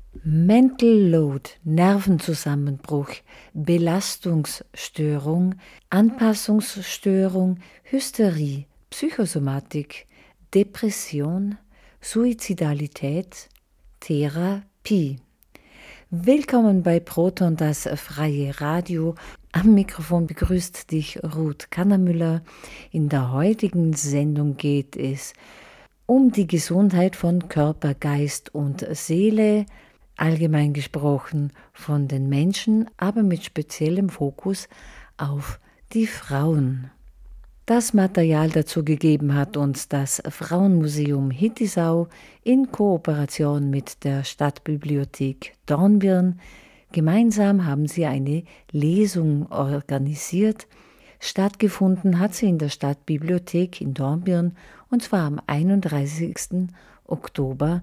Mental Load, Nervenzusammenbruch, Belastungsstörung, Anpassungsstörung, Hysterie, Psychosomatik, Depression, Suizidalität, Therapie. Willkommen bei Proton, das freie Radio. Am Mikrofon begrüßt dich Ruth Kannermüller. In der heutigen Sendung geht es um die Gesundheit von Körper, Geist und Seele, allgemein gesprochen von den Menschen, aber mit speziellem Fokus auf die Frauen. Das Material dazu gegeben hat uns das Frauenmuseum Hittisau in Kooperation mit der Stadtbibliothek Dornbirn. Gemeinsam haben sie eine Lesung organisiert. Stattgefunden hat sie in der Stadtbibliothek in Dornbirn und zwar am 31. Oktober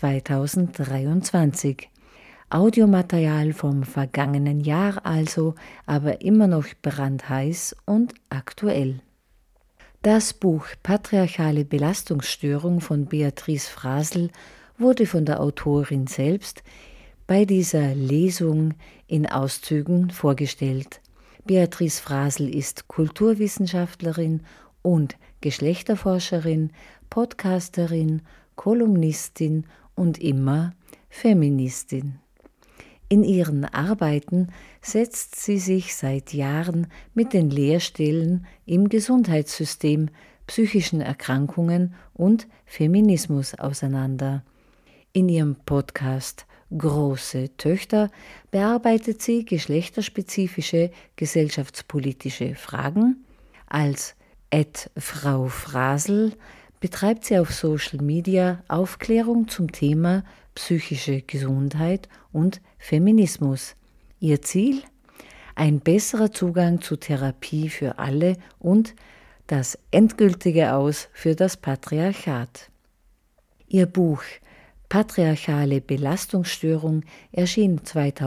2023. Audiomaterial vom vergangenen Jahr also, aber immer noch brandheiß und aktuell. Das Buch Patriarchale Belastungsstörung von Beatrice Frasel wurde von der Autorin selbst bei dieser Lesung in Auszügen vorgestellt. Beatrice Frasel ist Kulturwissenschaftlerin und Geschlechterforscherin, Podcasterin, Kolumnistin und immer Feministin. In ihren Arbeiten setzt sie sich seit Jahren mit den Leerstellen im Gesundheitssystem, psychischen Erkrankungen und Feminismus auseinander. In ihrem Podcast Große Töchter bearbeitet sie geschlechterspezifische gesellschaftspolitische Fragen. Als @Frau Frasel betreibt sie auf Social Media Aufklärung zum Thema psychische Gesundheit und Feminismus. Ihr Ziel? Ein besserer Zugang zu Therapie für alle und das endgültige Aus für das Patriarchat. Ihr Buch Patriarchale Belastungsstörung erschien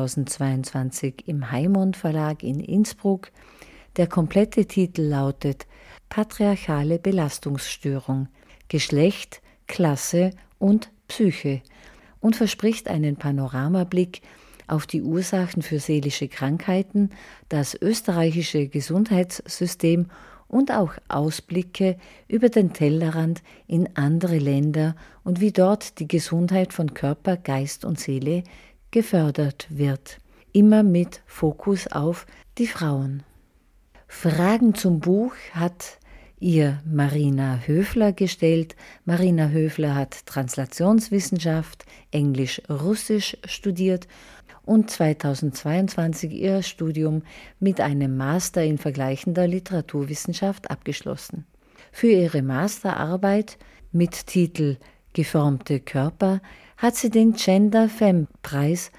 2022 im Heimond Verlag in Innsbruck. Der komplette Titel lautet Patriarchale Belastungsstörung, Geschlecht, Klasse und Psyche und verspricht einen Panoramablick auf die Ursachen für seelische Krankheiten, das österreichische Gesundheitssystem und auch Ausblicke über den Tellerrand in andere Länder und wie dort die Gesundheit von Körper, Geist und Seele gefördert wird. Immer mit Fokus auf die Frauen. Fragen zum Buch hat ihr Marina Höfler gestellt. Marina Höfler hat Translationswissenschaft, Englisch-Russisch studiert und 2022 ihr Studium mit einem Master in vergleichender Literaturwissenschaft abgeschlossen. Für ihre Masterarbeit mit Titel Geformte Körper hat sie den Gender-Fem-Preis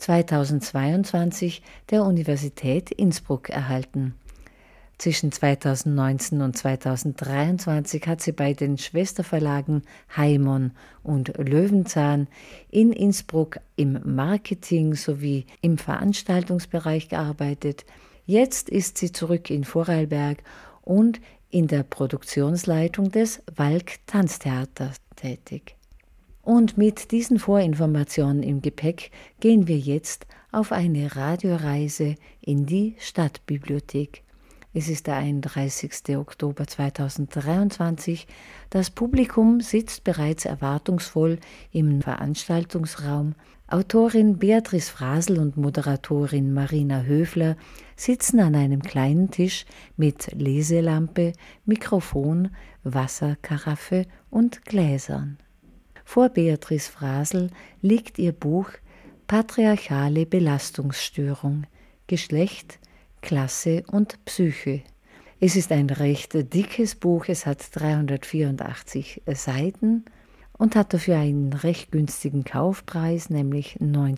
2022 der Universität Innsbruck erhalten. Zwischen 2019 und 2023 hat sie bei den Schwesterverlagen Heimon und Löwenzahn in Innsbruck im Marketing sowie im Veranstaltungsbereich gearbeitet. Jetzt ist sie zurück in Vorarlberg und in der Produktionsleitung des Walk Tanztheaters tätig. Und mit diesen Vorinformationen im Gepäck gehen wir jetzt auf eine Radioreise in die Stadtbibliothek. Es ist der 31. Oktober 2023. Das Publikum sitzt bereits erwartungsvoll im Veranstaltungsraum. Autorin Beatrice Frasel und Moderatorin Marina Höfler sitzen an einem kleinen Tisch mit Leselampe, Mikrofon, Wasserkaraffe und Gläsern. Vor Beatrice Frasel liegt ihr Buch Patriarchale Belastungsstörung, Geschlecht, Klasse und Psyche. Es ist ein recht dickes Buch, es hat 384 Seiten und hat dafür einen recht günstigen Kaufpreis, nämlich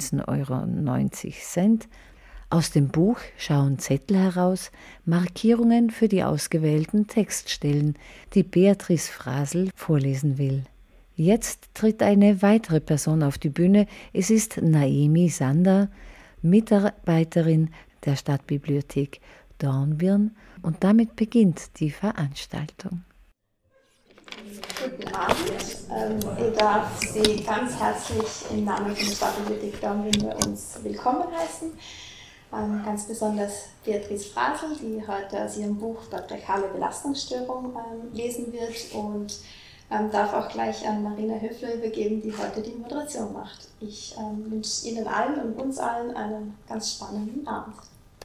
19,90 €. Aus dem Buch schauen Zettel heraus, Markierungen für die ausgewählten Textstellen, die Beatrice Frasel vorlesen will. Jetzt tritt eine weitere Person auf die Bühne. Es ist Naemi Sander, Mitarbeiterin der Stadtbibliothek Dornbirn, und damit beginnt die Veranstaltung. Guten Abend. Ich darf Sie ganz herzlich im Namen von der Stadtbibliothek Dornbirn bei uns willkommen heißen. Ganz besonders Beatrice Frasel, die heute aus ihrem Buch Patriarchale Belastungsstörung lesen wird, und darf auch gleich an Marina Höfler übergeben, die heute die Moderation macht. Ich wünsche Ihnen allen und uns allen einen ganz spannenden Abend.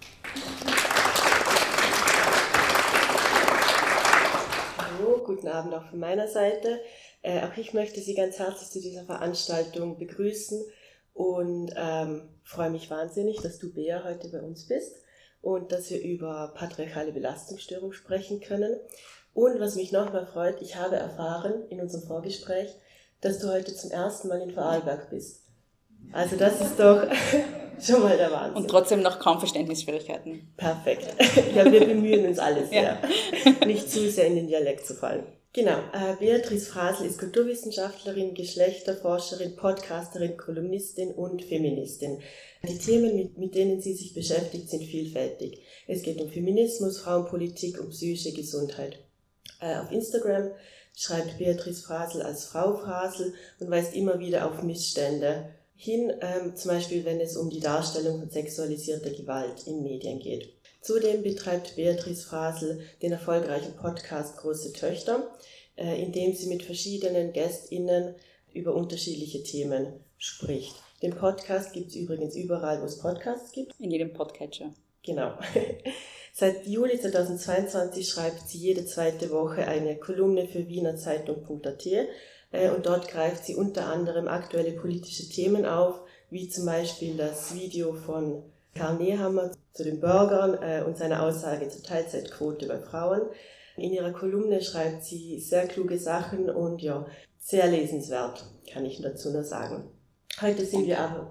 Hallo, guten Abend auch von meiner Seite. Auch ich möchte Sie ganz herzlich zu dieser Veranstaltung begrüßen und freue mich wahnsinnig, dass du, Bea, heute bei uns bist und dass wir über patriarchale Belastungsstörung sprechen können. Und was mich nochmal freut, ich habe erfahren in unserem Vorgespräch, dass du heute zum ersten Mal in Vorarlberg bist. Also das ist doch schon mal der Wahnsinn. Und trotzdem noch kaum Verständnisschwierigkeiten. Perfekt. Ja, wir bemühen uns alle sehr, nicht zu sehr in den Dialekt zu fallen. Genau, Beatrice Frasel ist Kulturwissenschaftlerin, Geschlechterforscherin, Podcasterin, Kolumnistin und Feministin. Die Themen, mit denen sie sich beschäftigt, sind vielfältig. Es geht um Feminismus, Frauenpolitik und psychische Gesundheit. Auf Instagram schreibt Beatrice Frasel als Frau Frasel und weist immer wieder auf Missstände hin, zum Beispiel wenn es um die Darstellung von sexualisierter Gewalt in Medien geht. Zudem betreibt Beatrice Frasel den erfolgreichen Podcast Große Töchter, in dem sie mit verschiedenen GästInnen über unterschiedliche Themen spricht. Den Podcast gibt es übrigens überall, wo es Podcasts gibt. In jedem Podcatcher. Genau. Seit Juli 2022 schreibt sie jede zweite Woche eine Kolumne für wienerzeitung.at und dort greift sie unter anderem aktuelle politische Themen auf, wie zum Beispiel das Video von Karl Nehammer zu den Bürgern und seine Aussage zur Teilzeitquote bei Frauen. In ihrer Kolumne schreibt sie sehr kluge Sachen und ja, sehr lesenswert, kann ich dazu nur sagen. Heute sind wir aber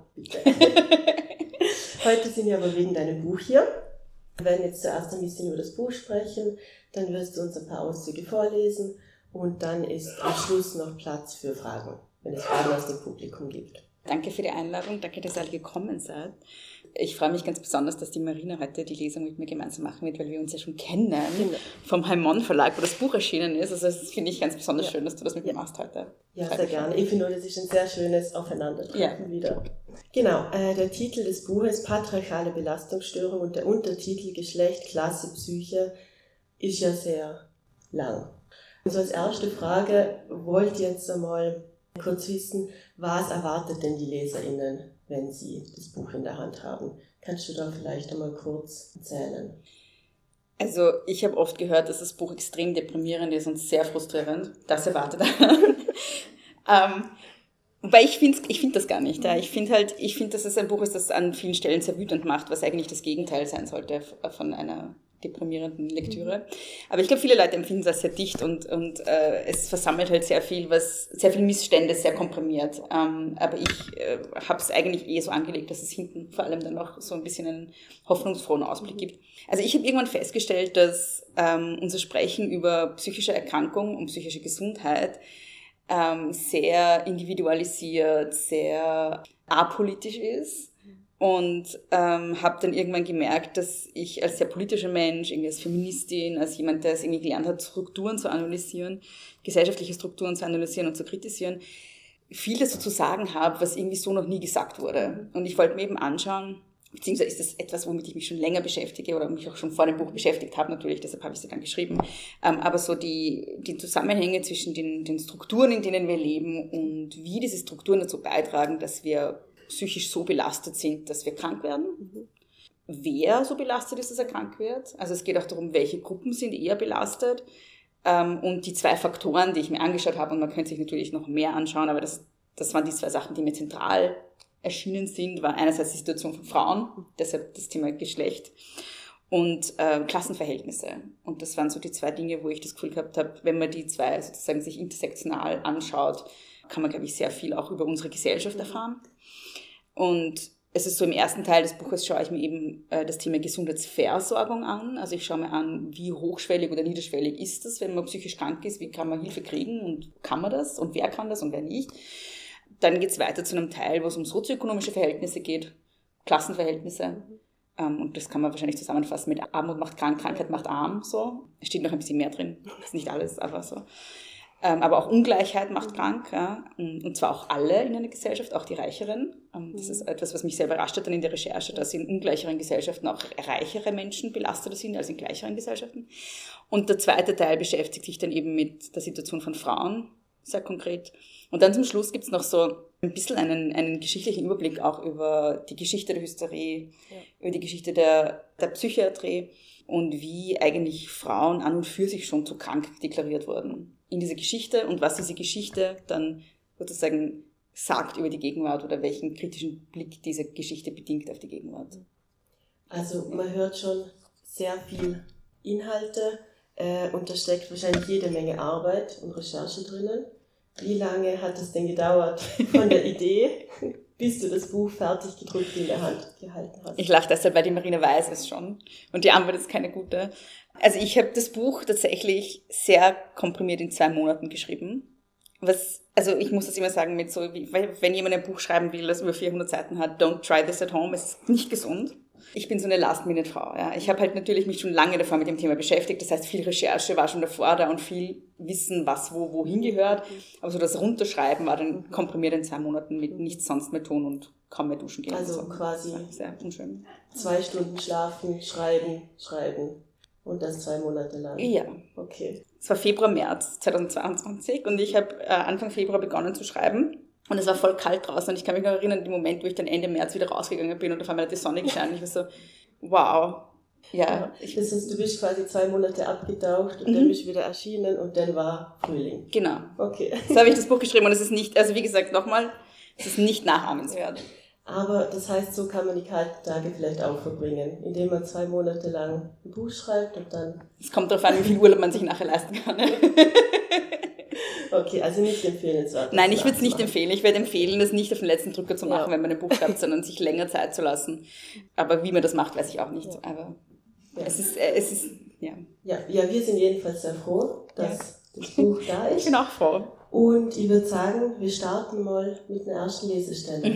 wegen deinem Buch hier. Wir werden jetzt zuerst ein bisschen über das Buch sprechen, dann wirst du uns ein paar Auszüge vorlesen und dann ist am Schluss noch Platz für Fragen, wenn es Fragen aus dem Publikum gibt. Danke für die Einladung, danke, dass ihr alle gekommen seid. Ich freue mich ganz besonders, dass die Marina heute die Lesung mit mir gemeinsam machen wird, weil wir uns ja schon kennen vom Heimon Verlag, wo das Buch erschienen ist. Also das finde ich ganz besonders schön, dass du das mit mir machst heute. Ja, sehr gerne. Ich finde, das ist ein sehr schönes Aufeinandertreffen wieder. Genau, der Titel des Buches Patriarchale Belastungsstörung und der Untertitel Geschlecht, Klasse, Psyche ist ja sehr lang. Also als erste Frage wollt ihr jetzt einmal kurz wissen, was erwartet denn die LeserInnen, wenn sie das Buch in der Hand haben? Kannst du da vielleicht einmal kurz erzählen? Also ich habe oft gehört, dass das Buch extrem deprimierend ist und sehr frustrierend. Das erwartet einen. Wobei ich finde das gar nicht. Ja. Ich finde, dass es ein Buch ist, das an vielen Stellen sehr wütend macht, was eigentlich das Gegenteil sein sollte von einer deprimierenden Lektüre. Aber ich glaube, viele Leute empfinden das sehr dicht und es versammelt halt sehr viel Missstände, sehr komprimiert. Aber ich habe es eigentlich so angelegt, dass es hinten vor allem dann noch so ein bisschen einen hoffnungsfrohen Ausblick gibt. Also ich habe irgendwann festgestellt, dass unser Sprechen über psychische Erkrankung und psychische Gesundheit sehr individualisiert, sehr apolitisch ist. Und habe dann irgendwann gemerkt, dass ich als sehr politischer Mensch, irgendwie als Feministin, als jemand, der es irgendwie gelernt hat, Strukturen zu analysieren, gesellschaftliche Strukturen zu analysieren und zu kritisieren, viel dazu zu sagen habe, was irgendwie so noch nie gesagt wurde. Und ich wollte mir eben anschauen, beziehungsweise ist das etwas, womit ich mich schon länger beschäftige oder mich auch schon vor dem Buch beschäftigt habe natürlich, deshalb habe ich sie dann geschrieben, aber so die Zusammenhänge zwischen den Strukturen, in denen wir leben und wie diese Strukturen dazu beitragen, dass wir psychisch so belastet sind, dass wir krank werden. Wer so belastet ist, dass er krank wird. Also es geht auch darum, welche Gruppen sind eher belastet. Und die zwei Faktoren, die ich mir angeschaut habe, und man könnte sich natürlich noch mehr anschauen, aber das waren die zwei Sachen, die mir zentral erschienen sind, war einerseits die Situation von Frauen, deshalb das Thema Geschlecht, und Klassenverhältnisse. Und das waren so die zwei Dinge, wo ich das Gefühl gehabt habe, wenn man die zwei sozusagen sich intersektional anschaut, kann man, glaube ich, sehr viel auch über unsere Gesellschaft erfahren. Und es ist so, im ersten Teil des Buches schaue ich mir eben das Thema Gesundheitsversorgung an. Also ich schaue mir an, wie hochschwellig oder niederschwellig ist das, wenn man psychisch krank ist, wie kann man Hilfe kriegen und kann man das und wer kann das und wer nicht. Dann geht es weiter zu einem Teil, wo es um sozioökonomische Verhältnisse geht, Klassenverhältnisse. Und das kann man wahrscheinlich zusammenfassen mit Armut macht krank, Krankheit macht arm. So. Es steht noch ein bisschen mehr drin, das ist nicht alles, aber so. Aber auch Ungleichheit macht krank, ja? Und zwar auch alle in einer Gesellschaft, auch die Reicheren. Das ist etwas, was mich sehr überrascht hat dann in der Recherche, dass in ungleicheren Gesellschaften auch reichere Menschen belasteter sind als in gleicheren Gesellschaften. Und der zweite Teil beschäftigt sich dann eben mit der Situation von Frauen, sehr konkret. Und dann zum Schluss gibt es noch so ein bisschen einen geschichtlichen Überblick auch über die Geschichte der Hysterie, über die Geschichte der Psychiatrie und wie eigentlich Frauen an und für sich schon zu krank deklariert wurden in dieser Geschichte und was diese Geschichte dann sozusagen sagt über die Gegenwart oder welchen kritischen Blick diese Geschichte bedingt auf die Gegenwart. Also man hört schon sehr viel Inhalte und da steckt wahrscheinlich jede Menge Arbeit und Recherche drinnen. Wie lange hat es denn gedauert von der Idee, bis du das Buch fertig gedruckt in der Hand gehalten hast? Ich lache deshalb, weil die Marina weiß es schon und die Antwort ist keine gute. Also ich habe das Buch tatsächlich sehr komprimiert in 2 Monaten geschrieben. Also ich muss das immer sagen, mit so, wenn jemand ein Buch schreiben will, das über 400 Seiten hat, don't try this at home, es ist nicht gesund. Ich bin so eine Last-Minute-Frau. Ja. Ich habe halt natürlich mich schon lange davor mit dem Thema beschäftigt. Das heißt, viel Recherche war schon davor da und viel Wissen, was wohin gehört. Aber so das Runterschreiben war dann komprimiert in 2 Monaten mit nichts sonst mehr tun und kaum mehr duschen gehen. Also so. quasi sehr unschön. 2 Stunden schlafen, schreiben und das 2 Monate lang. Ja. Okay. Es war Februar, März 2022 und ich habe Anfang Februar begonnen zu schreiben. Und es war voll kalt draußen und ich kann mich noch erinnern, den Moment, wo ich dann Ende März wieder rausgegangen bin und auf einmal hat die Sonne geschienen. Ich war so, wow. Ja. Das heißt, du bist quasi 2 Monate abgetaucht und dann bist du wieder erschienen und dann war Frühling. Genau. Okay. So habe ich das Buch geschrieben und es ist nicht, also wie gesagt, nochmal, es ist nicht nachahmenswert. Aber das heißt, so kann man die kalten Tage vielleicht auch verbringen, indem man 2 Monate lang ein Buch schreibt und dann... Es kommt darauf an, wie viel Urlaub man sich nachher leisten kann. Okay, also nicht empfehlenswert. Nein, ich würde es nicht empfehlen. Ich werde empfehlen, das nicht auf den letzten Drücker zu machen, wenn man ein Buch schreibt, sondern sich länger Zeit zu lassen. Aber wie man das macht, weiß ich auch nicht. Aber es ist, ja. Ja, wir sind jedenfalls sehr froh, dass das Buch da ist. Ich bin auch froh. Und ich würde sagen, wir starten mal mit einer ersten Lesestelle.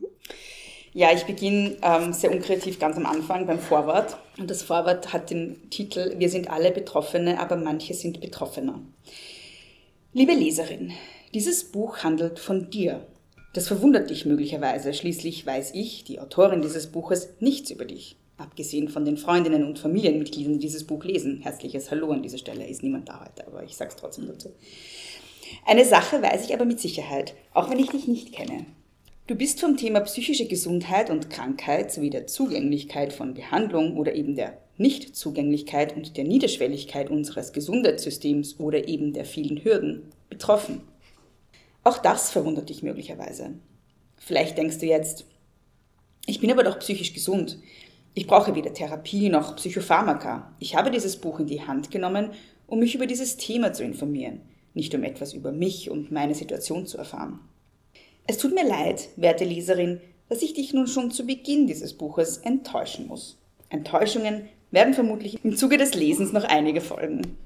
Ja, ich beginne sehr unkreativ ganz am Anfang beim Vorwort. Und das Vorwort hat den Titel Wir sind alle Betroffene, aber manche sind betroffener. Liebe Leserin, dieses Buch handelt von dir. Das verwundert dich möglicherweise, schließlich weiß ich, die Autorin dieses Buches, nichts über dich. Abgesehen von den Freundinnen und Familienmitgliedern, die dieses Buch lesen. Herzliches Hallo an dieser Stelle, ist niemand da heute, aber ich sag's trotzdem dazu. Eine Sache weiß ich aber mit Sicherheit, auch wenn ich dich nicht kenne. Du bist vom Thema psychische Gesundheit und Krankheit sowie der Zugänglichkeit von Behandlung oder eben der Nichtzugänglichkeit und der Niederschwelligkeit unseres Gesundheitssystems oder eben der vielen Hürden betroffen. Auch das verwundert dich möglicherweise. Vielleicht denkst du jetzt, ich bin aber doch psychisch gesund. Ich brauche weder Therapie noch Psychopharmaka. Ich habe dieses Buch in die Hand genommen, um mich über dieses Thema zu informieren, nicht um etwas über mich und meine Situation zu erfahren. Es tut mir leid, werte Leserin, dass ich dich nun schon zu Beginn dieses Buches enttäuschen muss. Enttäuschungen werden vermutlich im Zuge des Lesens noch einige folgen.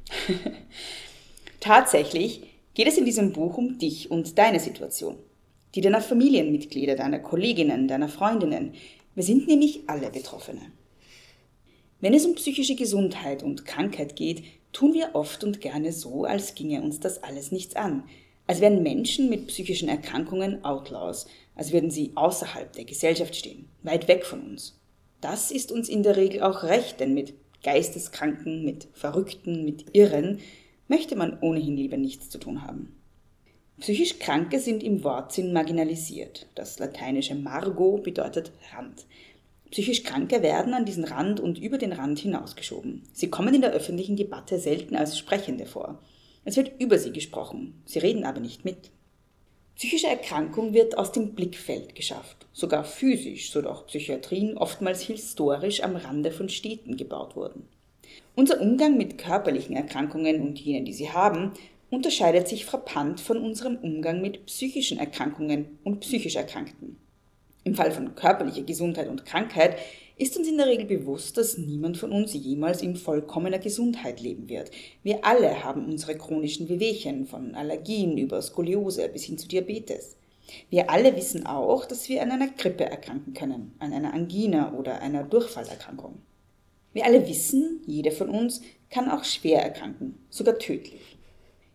Tatsächlich geht es in diesem Buch um dich und deine Situation. Die deiner Familienmitglieder, deiner Kolleginnen, deiner Freundinnen. Wir sind nämlich alle Betroffene. Wenn es um psychische Gesundheit und Krankheit geht, tun wir oft und gerne so, als ginge uns das alles nichts an. Als wären Menschen mit psychischen Erkrankungen Outlaws, als würden sie außerhalb der Gesellschaft stehen, weit weg von uns. Das ist uns in der Regel auch recht, denn mit Geisteskranken, mit Verrückten, mit Irren möchte man ohnehin lieber nichts zu tun haben. Psychisch Kranke sind im Wortsinn marginalisiert. Das lateinische Margo bedeutet Rand. Psychisch Kranke werden an diesen Rand und über den Rand hinausgeschoben. Sie kommen in der öffentlichen Debatte selten als Sprechende vor. Es wird über sie gesprochen, sie reden aber nicht mit. Psychische Erkrankung wird aus dem Blickfeld geschafft, sogar physisch, so doch Psychiatrien oftmals historisch am Rande von Städten gebaut wurden. Unser Umgang mit körperlichen Erkrankungen und jenen, die sie haben, unterscheidet sich frappant von unserem Umgang mit psychischen Erkrankungen und psychisch Erkrankten. Im Fall von körperlicher Gesundheit und Krankheit ist uns in der Regel bewusst, dass niemand von uns jemals in vollkommener Gesundheit leben wird. Wir alle haben unsere chronischen Wehwehchen, von Allergien über Skoliose bis hin zu Diabetes. Wir alle wissen auch, dass wir an einer Grippe erkranken können, an einer Angina oder einer Durchfallerkrankung. Wir alle wissen, jeder von uns kann auch schwer erkranken, sogar tödlich.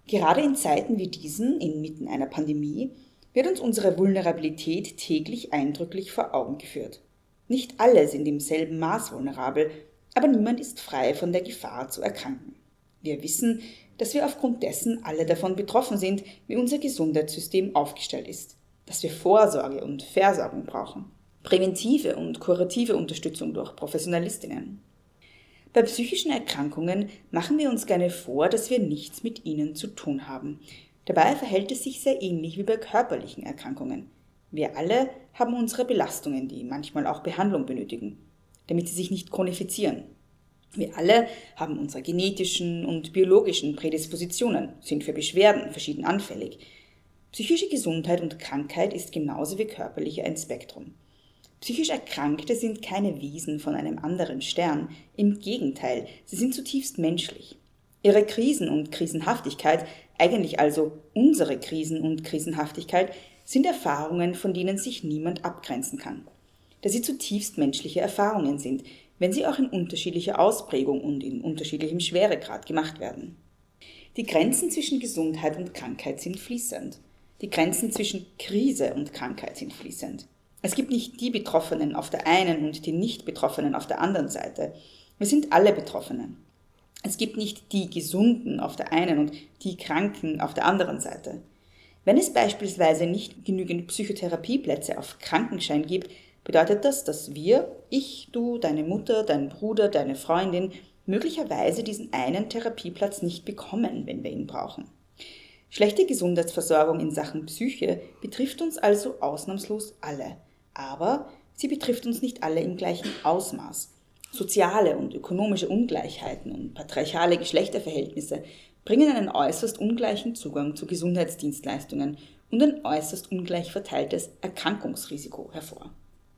Gerade in Zeiten wie diesen, inmitten einer Pandemie, wird uns unsere Vulnerabilität täglich eindrücklich vor Augen geführt. Nicht alle sind im selben Maß vulnerabel, aber niemand ist frei von der Gefahr zu erkranken. Wir wissen, dass wir aufgrund dessen alle davon betroffen sind, wie unser Gesundheitssystem aufgestellt ist, dass wir Vorsorge und Versorgung brauchen, präventive und kurative Unterstützung durch Professionalistinnen. Bei psychischen Erkrankungen machen wir uns gerne vor, dass wir nichts mit ihnen zu tun haben. Dabei verhält es sich sehr ähnlich wie bei körperlichen Erkrankungen. Wir alle haben unsere Belastungen, die manchmal auch Behandlung benötigen, damit sie sich nicht chronifizieren. Wir alle haben unsere genetischen und biologischen Prädispositionen, sind für Beschwerden verschieden anfällig. Psychische Gesundheit und Krankheit ist genauso wie körperliche ein Spektrum. Psychisch Erkrankte sind keine Wesen von einem anderen Stern, im Gegenteil, sie sind zutiefst menschlich. Ihre Krisen und Krisenhaftigkeit, eigentlich also unsere Krisen und Krisenhaftigkeit, sind Erfahrungen, von denen sich niemand abgrenzen kann. Da sie zutiefst menschliche Erfahrungen sind, wenn sie auch in unterschiedlicher Ausprägung und in unterschiedlichem Schweregrad gemacht werden. Die Grenzen zwischen Gesundheit und Krankheit sind fließend. Die Grenzen zwischen Krise und Krankheit sind fließend. Es gibt nicht die Betroffenen auf der einen und die Nicht-Betroffenen auf der anderen Seite. Wir sind alle Betroffenen. Es gibt nicht die Gesunden auf der einen und die Kranken auf der anderen Seite. Wenn es beispielsweise nicht genügend Psychotherapieplätze auf Krankenschein gibt, bedeutet das, dass wir, ich, du, deine Mutter, dein Bruder, deine Freundin, möglicherweise diesen einen Therapieplatz nicht bekommen, wenn wir ihn brauchen. Schlechte Gesundheitsversorgung in Sachen Psyche betrifft uns also ausnahmslos alle. Aber sie betrifft uns nicht alle im gleichen Ausmaß. Soziale und ökonomische Ungleichheiten und patriarchale Geschlechterverhältnisse bringen einen äußerst ungleichen Zugang zu Gesundheitsdienstleistungen und ein äußerst ungleich verteiltes Erkrankungsrisiko hervor.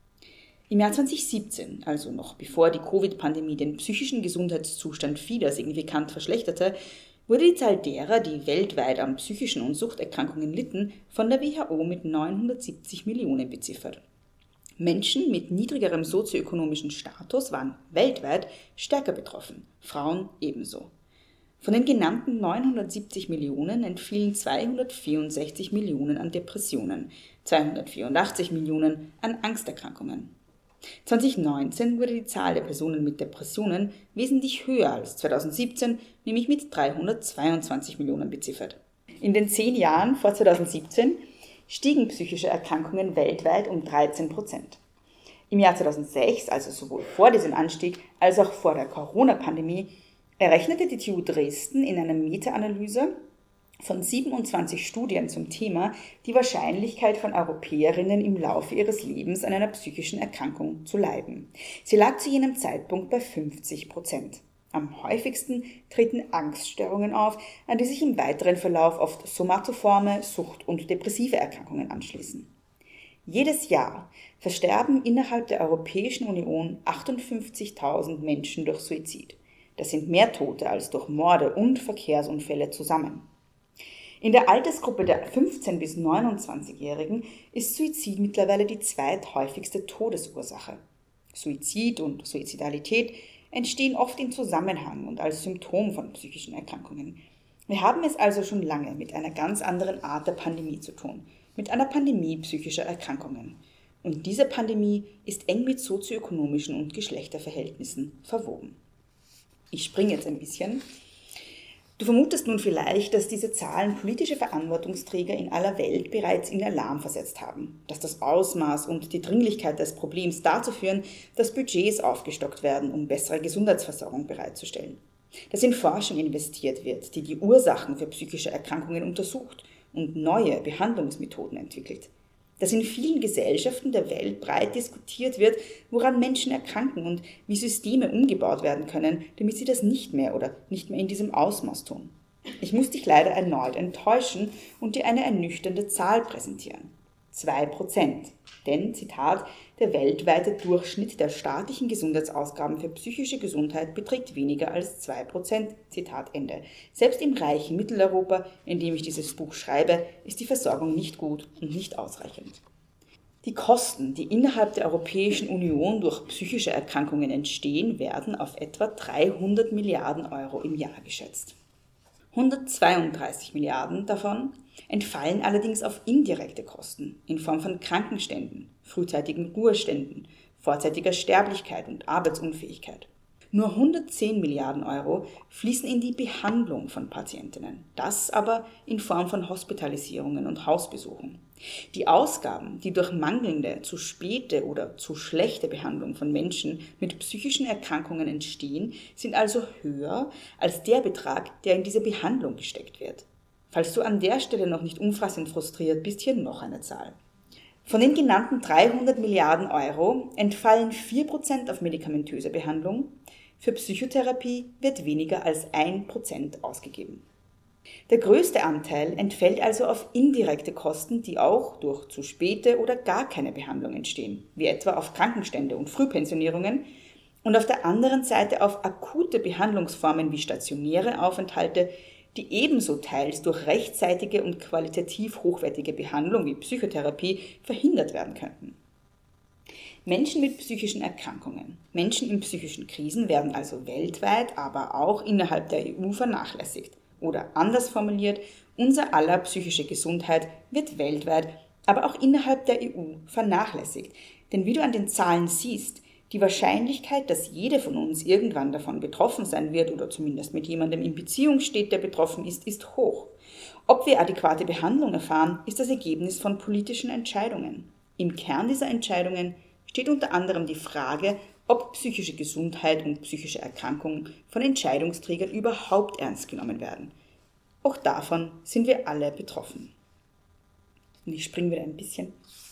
Im Jahr 2017, also noch bevor die Covid-Pandemie den psychischen Gesundheitszustand vieler signifikant verschlechterte, wurde die Zahl derer, die weltweit an psychischen und Suchterkrankungen litten, von der WHO mit 970 Millionen beziffert. Menschen mit niedrigerem sozioökonomischen Status waren weltweit stärker betroffen, Frauen ebenso. Von den genannten 970 Millionen entfielen 264 Millionen an Depressionen, 284 Millionen an Angsterkrankungen. 2019 wurde die Zahl der Personen mit Depressionen wesentlich höher als 2017, nämlich mit 322 Millionen beziffert. In den 10 Jahren vor 2017 stiegen psychische Erkrankungen weltweit um 13%. Im Jahr 2006, also sowohl vor diesem Anstieg als auch vor der Corona-Pandemie, errechnete die TU Dresden in einer Meta-Analyse von 27 Studien zum Thema die Wahrscheinlichkeit von Europäerinnen im Laufe ihres Lebens an einer psychischen Erkrankung zu leiden. Sie lag zu jenem Zeitpunkt bei 50%. Am häufigsten treten Angststörungen auf, an die sich im weiteren Verlauf oft somatoforme, Sucht- und depressive Erkrankungen anschließen. Jedes Jahr versterben innerhalb der Europäischen Union 58.000 Menschen durch Suizid. Das sind mehr Tote als durch Morde und Verkehrsunfälle zusammen. In der Altersgruppe der 15- bis 29-Jährigen ist Suizid mittlerweile die zweithäufigste Todesursache. Suizid und Suizidalität entstehen oft in Zusammenhang und als Symptom von psychischen Erkrankungen. Wir haben es also schon lange mit einer ganz anderen Art der Pandemie zu tun, mit einer Pandemie psychischer Erkrankungen. Und diese Pandemie ist eng mit sozioökonomischen und Geschlechterverhältnissen verwoben. Ich springe jetzt ein bisschen. Du vermutest nun vielleicht, dass diese Zahlen politische Verantwortungsträger in aller Welt bereits in Alarm versetzt haben, dass das Ausmaß und die Dringlichkeit des Problems dazu führen, dass Budgets aufgestockt werden, um bessere Gesundheitsversorgung bereitzustellen, dass in Forschung investiert wird, die die Ursachen für psychische Erkrankungen untersucht und neue Behandlungsmethoden entwickelt, dass in vielen Gesellschaften der Welt breit diskutiert wird, woran Menschen erkranken und wie Systeme umgebaut werden können, damit sie das nicht mehr in diesem Ausmaß tun. Ich muss dich leider erneut enttäuschen und dir eine ernüchternde Zahl präsentieren. 2%. Denn, Zitat, der weltweite Durchschnitt der staatlichen Gesundheitsausgaben für psychische Gesundheit beträgt weniger als 2%, Zitat Ende. Selbst im reichen Mitteleuropa, in dem ich dieses Buch schreibe, ist die Versorgung nicht gut und nicht ausreichend. Die Kosten, die innerhalb der Europäischen Union durch psychische Erkrankungen entstehen, werden auf etwa 300 Milliarden Euro im Jahr geschätzt. 132 Milliarden davon entfallen allerdings auf indirekte Kosten in Form von Krankenständen, frühzeitigen Ruheständen, vorzeitiger Sterblichkeit und Arbeitsunfähigkeit. Nur 110 Milliarden Euro fließen in die Behandlung von Patientinnen, das aber in Form von Hospitalisierungen und Hausbesuchen. Die Ausgaben, die durch mangelnde, zu späte oder zu schlechte Behandlung von Menschen mit psychischen Erkrankungen entstehen, sind also höher als der Betrag, der in diese Behandlung gesteckt wird. Falls du an der Stelle noch nicht umfassend frustriert bist, hier noch eine Zahl. Von den genannten 300 Milliarden Euro entfallen 4% auf medikamentöse Behandlung. Für Psychotherapie wird weniger als 1% ausgegeben. Der größte Anteil entfällt also auf indirekte Kosten, die auch durch zu späte oder gar keine Behandlung entstehen, wie etwa auf Krankenstände und Frühpensionierungen, und auf der anderen Seite auf akute Behandlungsformen wie stationäre Aufenthalte, die ebenso teils durch rechtzeitige und qualitativ hochwertige Behandlung wie Psychotherapie verhindert werden könnten. Menschen mit psychischen Erkrankungen, Menschen in psychischen Krisen werden also weltweit, aber auch innerhalb der EU vernachlässigt. Oder anders formuliert, unser aller psychische Gesundheit wird weltweit, aber auch innerhalb der EU vernachlässigt. Denn wie du an den Zahlen siehst, die Wahrscheinlichkeit, dass jede von uns irgendwann davon betroffen sein wird oder zumindest mit jemandem in Beziehung steht, der betroffen ist hoch. Ob wir adäquate Behandlung erfahren, ist das Ergebnis von politischen Entscheidungen. Im Kern dieser Entscheidungen steht unter anderem die Frage, ob psychische Gesundheit und psychische Erkrankungen von Entscheidungsträgern überhaupt ernst genommen werden. Auch davon sind wir alle betroffen. Und ich springe wieder ein bisschen.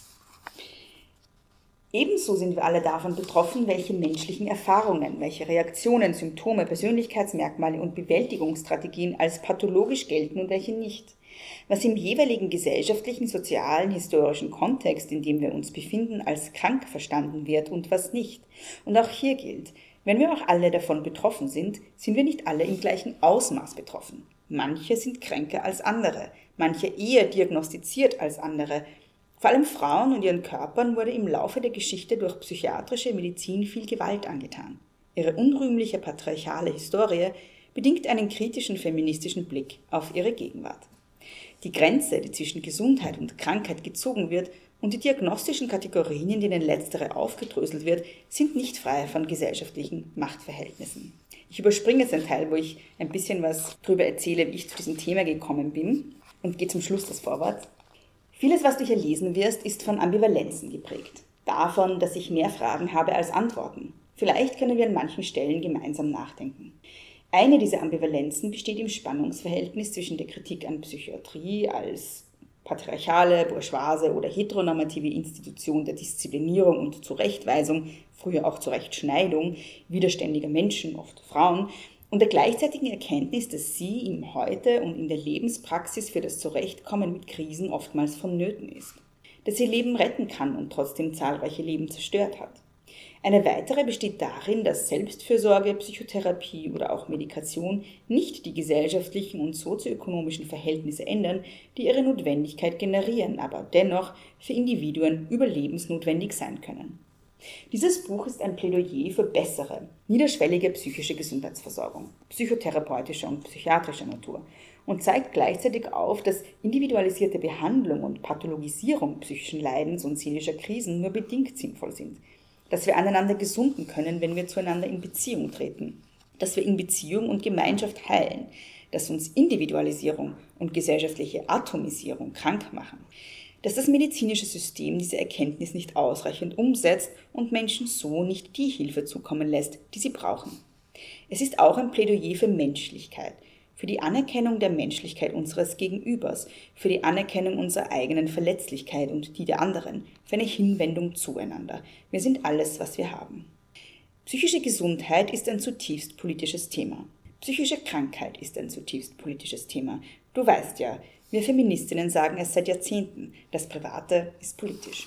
Ebenso sind wir alle davon betroffen, welche menschlichen Erfahrungen, welche Reaktionen, Symptome, Persönlichkeitsmerkmale und Bewältigungsstrategien als pathologisch gelten und welche nicht. Was im jeweiligen gesellschaftlichen, sozialen, historischen Kontext, in dem wir uns befinden, als krank verstanden wird und was nicht. Und auch hier gilt, wenn wir auch alle davon betroffen sind, sind wir nicht alle im gleichen Ausmaß betroffen. Manche sind kränker als andere, manche eher diagnostiziert als andere. Vor allem Frauen und ihren Körpern wurde im Laufe der Geschichte durch psychiatrische Medizin viel Gewalt angetan. Ihre unrühmliche patriarchale Historie bedingt einen kritischen feministischen Blick auf ihre Gegenwart. Die Grenze, die zwischen Gesundheit und Krankheit gezogen wird, und die diagnostischen Kategorien, in denen letztere aufgedröselt wird, sind nicht frei von gesellschaftlichen Machtverhältnissen. Ich überspringe jetzt einen Teil, wo ich ein bisschen was darüber erzähle, wie ich zu diesem Thema gekommen bin, und gehe zum Schluss das vorwärts. Vieles, was du hier lesen wirst, ist von Ambivalenzen geprägt. Davon, dass ich mehr Fragen habe als Antworten. Vielleicht können wir an manchen Stellen gemeinsam nachdenken. Eine dieser Ambivalenzen besteht im Spannungsverhältnis zwischen der Kritik an Psychiatrie als patriarchale, bourgeoise oder heteronormative Institution der Disziplinierung und Zurechtweisung, früher auch Zurechtschneidung, widerständiger Menschen, oft Frauen, und der gleichzeitigen Erkenntnis, dass sie im Heute und in der Lebenspraxis für das Zurechtkommen mit Krisen oftmals vonnöten ist. Dass sie Leben retten kann und trotzdem zahlreiche Leben zerstört hat. Eine weitere besteht darin, dass Selbstfürsorge, Psychotherapie oder auch Medikation nicht die gesellschaftlichen und sozioökonomischen Verhältnisse ändern, die ihre Notwendigkeit generieren, aber dennoch für Individuen überlebensnotwendig sein können. Dieses Buch ist ein Plädoyer für bessere, niederschwellige psychische Gesundheitsversorgung, psychotherapeutischer und psychiatrischer Natur und zeigt gleichzeitig auf, dass individualisierte Behandlung und Pathologisierung psychischen Leidens und seelischer Krisen nur bedingt sinnvoll sind, dass wir aneinander gesunden können, wenn wir zueinander in Beziehung treten, dass wir in Beziehung und Gemeinschaft heilen, dass uns Individualisierung und gesellschaftliche Atomisierung krank machen, dass das medizinische System diese Erkenntnis nicht ausreichend umsetzt und Menschen so nicht die Hilfe zukommen lässt, die sie brauchen. Es ist auch ein Plädoyer für Menschlichkeit, für die Anerkennung der Menschlichkeit unseres Gegenübers, für die Anerkennung unserer eigenen Verletzlichkeit und die der anderen, für eine Hinwendung zueinander. Wir sind alles, was wir haben. Psychische Gesundheit ist ein zutiefst politisches Thema. Psychische Krankheit ist ein zutiefst politisches Thema. Du weißt ja, wir Feministinnen sagen es seit Jahrzehnten, das Private ist politisch.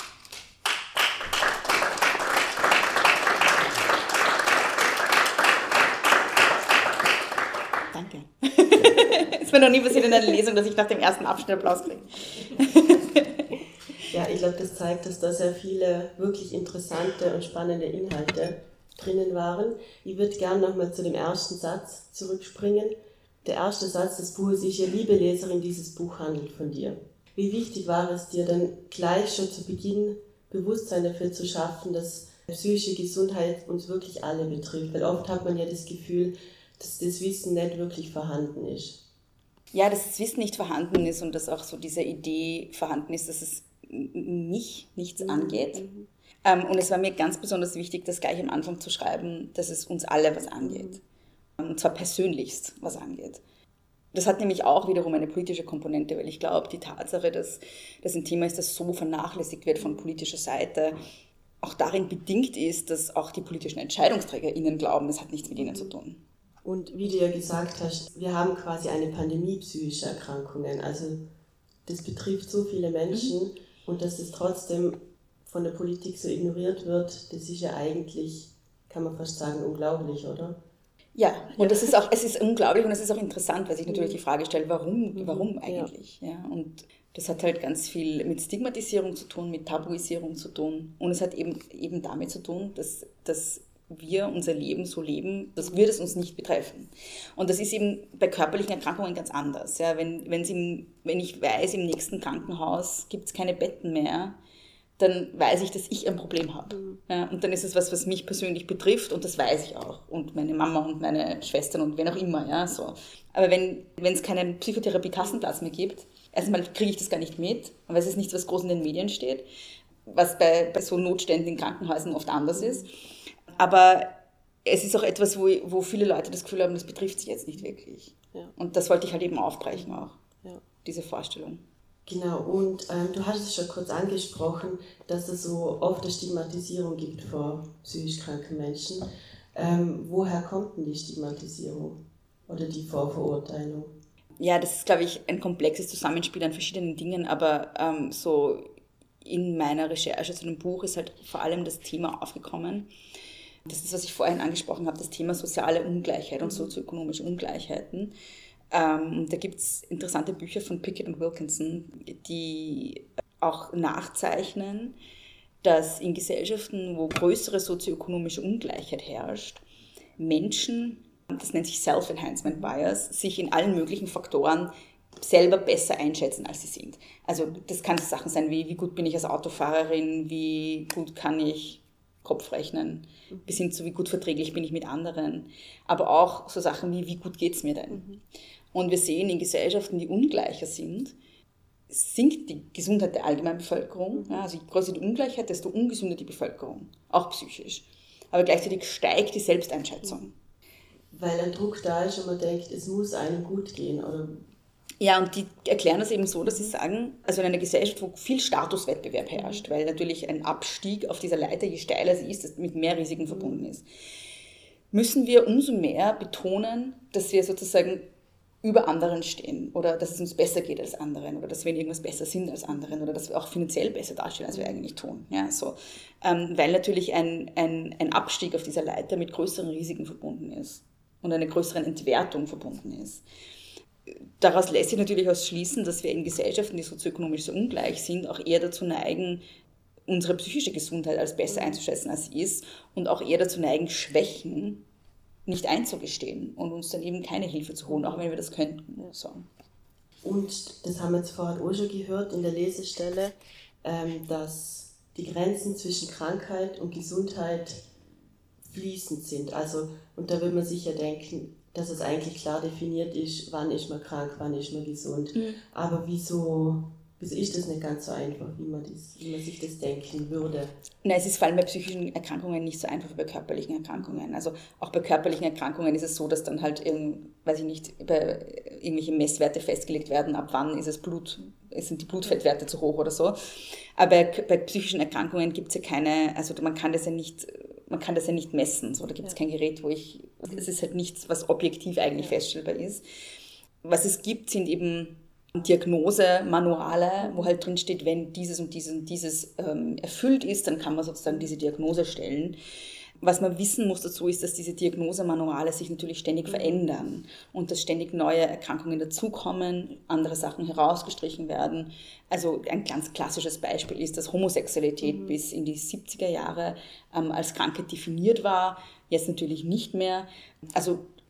Danke. Es war noch nie passiert in einer Lesung, dass ich nach dem ersten Abschnitt Applaus kriege. Ja, ich glaube, das zeigt, dass da sehr viele wirklich interessante und spannende Inhalte drinnen waren. Ich würde gerne nochmal zu dem ersten Satz zurückspringen. Der erste Satz des Buches ist: Liebe Leserin, dieses Buch handelt von dir. Wie wichtig war es dir dann gleich schon zu Beginn Bewusstsein dafür zu schaffen, dass psychische Gesundheit uns wirklich alle betrifft? Weil oft hat man ja das Gefühl, dass das Wissen nicht wirklich vorhanden ist. Ja, dass das Wissen nicht vorhanden ist und dass auch so diese Idee vorhanden ist, dass es nichts angeht. Und es war mir ganz besonders wichtig, das gleich am Anfang zu schreiben, dass es uns alle was angeht. Und zwar persönlichst was angeht. Das hat nämlich auch wiederum eine politische Komponente, weil ich glaube, die Tatsache, dass das ein Thema ist, das so vernachlässigt wird von politischer Seite, auch darin bedingt ist, dass auch die politischen EntscheidungsträgerInnen glauben, es hat nichts mit ihnen zu tun. Und wie du ja gesagt hast, wir haben quasi eine Pandemie psychischer Erkrankungen. Also das betrifft so viele Menschen und dass es trotzdem von der Politik so ignoriert wird, das ist ja eigentlich, kann man fast sagen, unglaublich, oder? Ja, und es ist unglaublich und es ist auch interessant, weil sich natürlich die Frage stellt, warum eigentlich? Ja, und das hat halt ganz viel mit Stigmatisierung zu tun, mit Tabuisierung zu tun. Und es hat eben damit zu tun, dass wir unser Leben so leben, dass wir das uns nicht betreffen. Und das ist eben bei körperlichen Erkrankungen ganz anders. Ja, wenn ich weiß, im nächsten Krankenhaus gibt es keine Betten mehr, dann weiß ich, dass ich ein Problem habe. Ja, und dann ist es was mich persönlich betrifft und das weiß ich auch. Und meine Mama und meine Schwestern und wen auch immer. Ja, so. Aber wenn es keinen Psychotherapie-Kassenplatz mehr gibt, erstmal kriege ich das gar nicht mit, weil es ist nichts, was groß in den Medien steht, was bei so Notständen in Krankenhäusern oft anders ist. Aber es ist auch etwas, wo viele Leute das Gefühl haben, das betrifft sich jetzt nicht wirklich. Ja. Und das wollte ich halt eben aufbrechen auch, diese Vorstellung. Genau, und du hast es schon kurz angesprochen, dass es so oft eine Stigmatisierung gibt vor psychisch kranken Menschen. Woher kommt denn die Stigmatisierung oder die Vorverurteilung? Ja, das ist, glaube ich, ein komplexes Zusammenspiel an verschiedenen Dingen, aber so in meiner Recherche zu dem Buch ist halt vor allem das Thema aufgekommen. Das ist, was ich vorhin angesprochen habe, das Thema soziale Ungleichheit und sozioökonomische Ungleichheiten. Da gibt es interessante Bücher von Pickett und Wilkinson, die auch nachzeichnen, dass in Gesellschaften, wo größere sozioökonomische Ungleichheit herrscht, Menschen, das nennt sich Self-Enhancement Bias, sich in allen möglichen Faktoren selber besser einschätzen, als sie sind. Also das kann Sachen sein wie gut bin ich als Autofahrerin, wie gut kann ich Kopf rechnen, bis hin zu wie gut verträglich bin ich mit anderen. Aber auch so Sachen wie gut geht es mir denn? Und wir sehen in Gesellschaften, die ungleicher sind, sinkt die Gesundheit der allgemeinen Bevölkerung. Ja, also je größer die Ungleichheit, desto ungesünder die Bevölkerung, auch psychisch. Aber gleichzeitig steigt die Selbsteinschätzung. Weil ein Druck da ist und man denkt, es muss einem gut gehen, oder? Ja, und die erklären das eben so, dass sie sagen, also in einer Gesellschaft, wo viel Statuswettbewerb herrscht, weil natürlich ein Abstieg auf dieser Leiter, je steiler sie ist, das mit mehr Risiken verbunden ist, müssen wir umso mehr betonen, dass wir sozusagen über anderen stehen oder dass es uns besser geht als anderen oder dass wir in irgendwas besser sind als anderen oder dass wir auch finanziell besser dastehen, als wir eigentlich tun. Ja, so. Weil natürlich ein Abstieg auf dieser Leiter mit größeren Risiken verbunden ist und einer größeren Entwertung verbunden ist. Daraus lässt sich natürlich auch schließen, dass wir in Gesellschaften, die sozioökonomisch so ungleich sind, auch eher dazu neigen, unsere psychische Gesundheit als besser einzuschätzen, als sie ist und auch eher dazu neigen, Schwächen nicht einzugestehen und uns dann eben keine Hilfe zu holen, auch wenn wir das könnten. So. Und das haben wir jetzt vorhin auch schon gehört in der Lesestelle, dass die Grenzen zwischen Krankheit und Gesundheit fließend sind. Also, und da würde man sich ja denken, dass es eigentlich klar definiert ist, wann ist man krank, wann ist man gesund. Aber wieso ist das nicht ganz so einfach, wie man sich das denken würde? Nein, es ist vor allem bei psychischen Erkrankungen nicht so einfach wie bei körperlichen Erkrankungen. Also auch bei körperlichen Erkrankungen ist es so, dass dann halt irgendwelche Messwerte festgelegt werden, ab wann sind die Blutfettwerte zu hoch oder so. Aber bei psychischen Erkrankungen gibt es ja keine, also man kann das ja nicht messen. So, da gibt es kein Gerät, es ist halt nichts, was objektiv eigentlich feststellbar ist. Was es gibt, sind eben Diagnosemanuale, wo halt drin steht, wenn dieses und dieses und dieses erfüllt ist, dann kann man sozusagen diese Diagnose stellen. Was man wissen muss dazu ist, dass diese Diagnosemanuale sich natürlich ständig verändern und dass ständig neue Erkrankungen dazukommen, andere Sachen herausgestrichen werden. Also ein ganz klassisches Beispiel ist, dass Homosexualität bis in die 70er Jahre als Krankheit definiert war, jetzt natürlich nicht mehr. Also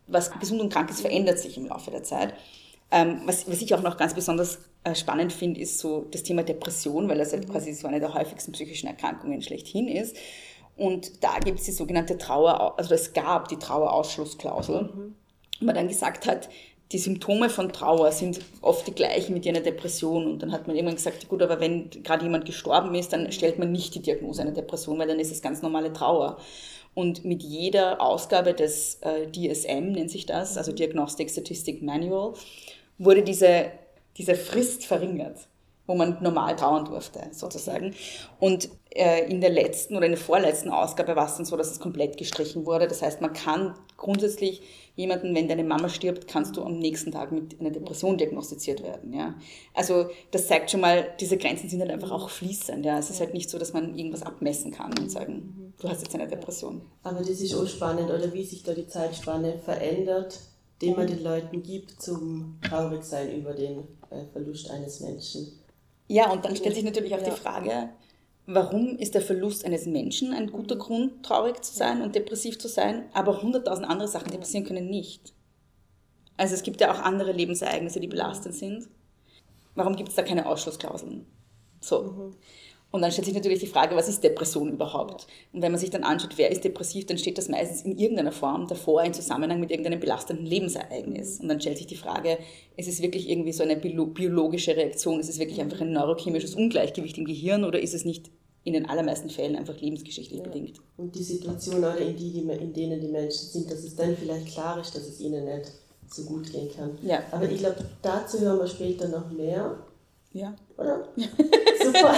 was gesund und krank ist, verändert sich im Laufe der Zeit. Was ich auch noch ganz besonders spannend finde, ist so das Thema Depression, weil das halt quasi so eine der häufigsten psychischen Erkrankungen schlechthin ist. Und da gibt es die sogenannte es gab die Trauerausschlussklausel, wo man dann gesagt hat, die Symptome von Trauer sind oft die gleichen mit einer Depression. Und dann hat man irgendwann gesagt, gut, aber wenn gerade jemand gestorben ist, dann stellt man nicht die Diagnose einer Depression, weil dann ist es ganz normale Trauer. Und mit jeder Ausgabe des DSM, nennt sich das, also Diagnostic Statistic Manual, wurde diese Frist verringert, wo man normal trauern durfte, sozusagen. Und in der letzten oder in der vorletzten Ausgabe war es dann so, dass es komplett gestrichen wurde. Das heißt, man kann grundsätzlich jemanden, wenn deine Mama stirbt, kannst du am nächsten Tag mit einer Depression diagnostiziert werden. Ja? Also das zeigt schon mal, diese Grenzen sind halt einfach auch fließend. Ja? Es ist halt nicht so, dass man irgendwas abmessen kann und sagen, du hast jetzt eine Depression. Aber das ist auch spannend, oder wie sich da die Zeitspanne verändert, den man den Leuten gibt zum Traurigsein über den Verlust eines Menschen. Ja, und dann stellt sich natürlich auch die Frage, warum ist der Verlust eines Menschen ein guter Grund, traurig zu sein und depressiv zu sein, aber 100.000 andere Sachen, die passieren können, nicht. Also es gibt ja auch andere Lebensereignisse, die belastend sind. Warum gibt es da keine Ausschlussklauseln? So. Und dann stellt sich natürlich die Frage, was ist Depression überhaupt? Und wenn man sich dann anschaut, wer ist depressiv, dann steht das meistens in irgendeiner Form davor in Zusammenhang mit irgendeinem belastenden Lebensereignis. Und dann stellt sich die Frage, ist es wirklich irgendwie so eine biologische Reaktion? Ist es wirklich einfach ein neurochemisches Ungleichgewicht im Gehirn oder ist es nicht in den allermeisten Fällen einfach lebensgeschichtlich bedingt? Und die Situation, oder in denen die Menschen sind, dass es dann vielleicht klar ist, dass es ihnen nicht so gut gehen kann. Ja. Aber ich glaube, dazu hören wir später noch mehr. Ja. Oder? Super.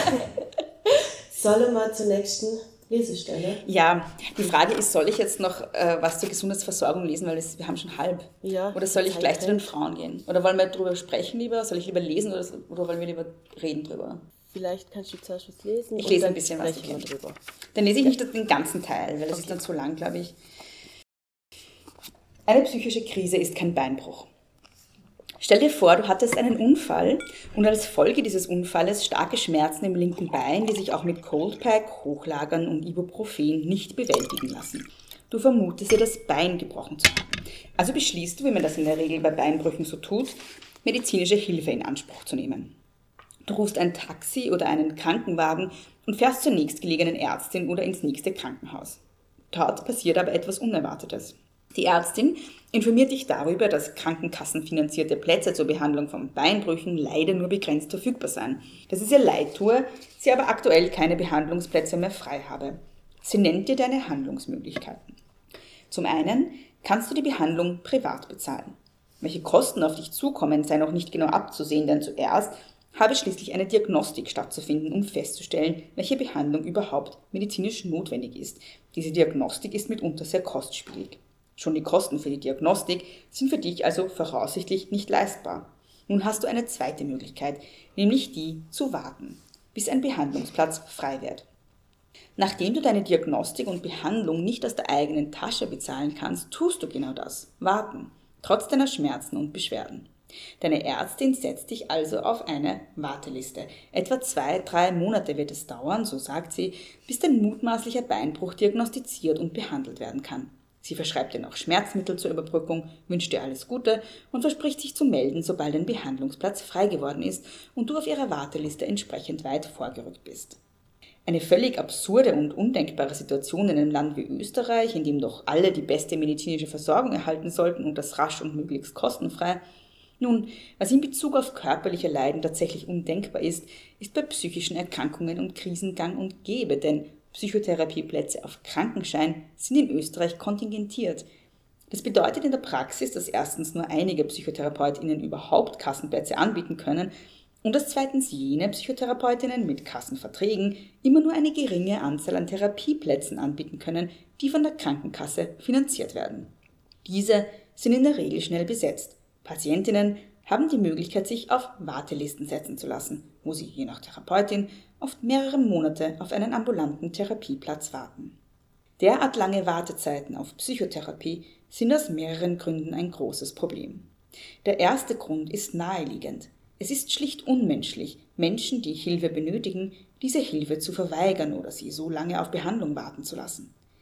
Sollen wir zur nächsten Lesestelle? Ja, die Frage ist, soll ich jetzt noch was zur Gesundheitsversorgung lesen, weil wir haben schon halb. Ja, oder soll ich gleich zu den Frauen gehen? Oder wollen wir darüber sprechen lieber? Soll ich lieber lesen oder wollen wir lieber reden drüber? Vielleicht kannst du zuerst was lesen. Ich lese ein bisschen was drüber. Dann lese ich nicht den ganzen Teil, weil das ist dann zu lang, glaube ich. Eine psychische Krise ist kein Beinbruch. Stell dir vor, du hattest einen Unfall und als Folge dieses Unfalles starke Schmerzen im linken Bein, die sich auch mit Coldpack, Hochlagern und Ibuprofen nicht bewältigen lassen. Du vermutest dir das Bein gebrochen zu haben. Also beschließt du, wie man das in der Regel bei Beinbrüchen so tut, medizinische Hilfe in Anspruch zu nehmen. Du rufst ein Taxi oder einen Krankenwagen und fährst zur nächstgelegenen Ärztin oder ins nächste Krankenhaus. Dort passiert aber etwas Unerwartetes. Die Ärztin informiert dich darüber, dass krankenkassenfinanzierte Plätze zur Behandlung von Beinbrüchen leider nur begrenzt verfügbar seien. Dass es ihr leid tue, sie aber aktuell keine Behandlungsplätze mehr frei habe. Sie nennt dir deine Handlungsmöglichkeiten. Zum einen kannst du die Behandlung privat bezahlen. Welche Kosten auf dich zukommen, sei noch nicht genau abzusehen, denn zuerst habe schließlich eine Diagnostik stattzufinden, um festzustellen, welche Behandlung überhaupt medizinisch notwendig ist. Diese Diagnostik ist mitunter sehr kostspielig. Schon die Kosten für die Diagnostik sind für dich also voraussichtlich nicht leistbar. Nun hast du eine zweite Möglichkeit, nämlich die zu warten, bis ein Behandlungsplatz frei wird. Nachdem du deine Diagnostik und Behandlung nicht aus der eigenen Tasche bezahlen kannst, tust du genau das, warten, trotz deiner Schmerzen und Beschwerden. Deine Ärztin setzt dich also auf eine Warteliste. Etwa 2-3 Monate wird es dauern, so sagt sie, bis dein mutmaßlicher Beinbruch diagnostiziert und behandelt werden kann. Sie verschreibt dir noch Schmerzmittel zur Überbrückung, wünscht dir alles Gute und verspricht sich zu melden, sobald ein Behandlungsplatz frei geworden ist und du auf ihrer Warteliste entsprechend weit vorgerückt bist. Eine völlig absurde und undenkbare Situation in einem Land wie Österreich, in dem doch alle die beste medizinische Versorgung erhalten sollten und das rasch und möglichst kostenfrei. Nun, was in Bezug auf körperliche Leiden tatsächlich undenkbar ist, ist bei psychischen Erkrankungen und Krisen gang und gäbe, denn Psychotherapieplätze auf Krankenschein sind in Österreich kontingentiert. Das bedeutet in der Praxis, dass erstens nur einige PsychotherapeutInnen überhaupt Kassenplätze anbieten können und dass zweitens jene PsychotherapeutInnen mit Kassenverträgen immer nur eine geringe Anzahl an Therapieplätzen anbieten können, die von der Krankenkasse finanziert werden. Diese sind in der Regel schnell besetzt. PatientInnen haben die Möglichkeit, sich auf Wartelisten setzen zu lassen, wo sie je nach Therapeutin oft mehrere Monate auf einen ambulanten Therapieplatz warten. Derart lange Wartezeiten auf Psychotherapie sind aus mehreren Gründen ein großes Problem. Der erste Grund ist naheliegend. Es ist schlicht unmenschlich, Menschen, die Hilfe benötigen, diese Hilfe zu verweigern oder sie so lange auf Behandlung warten zu lassen.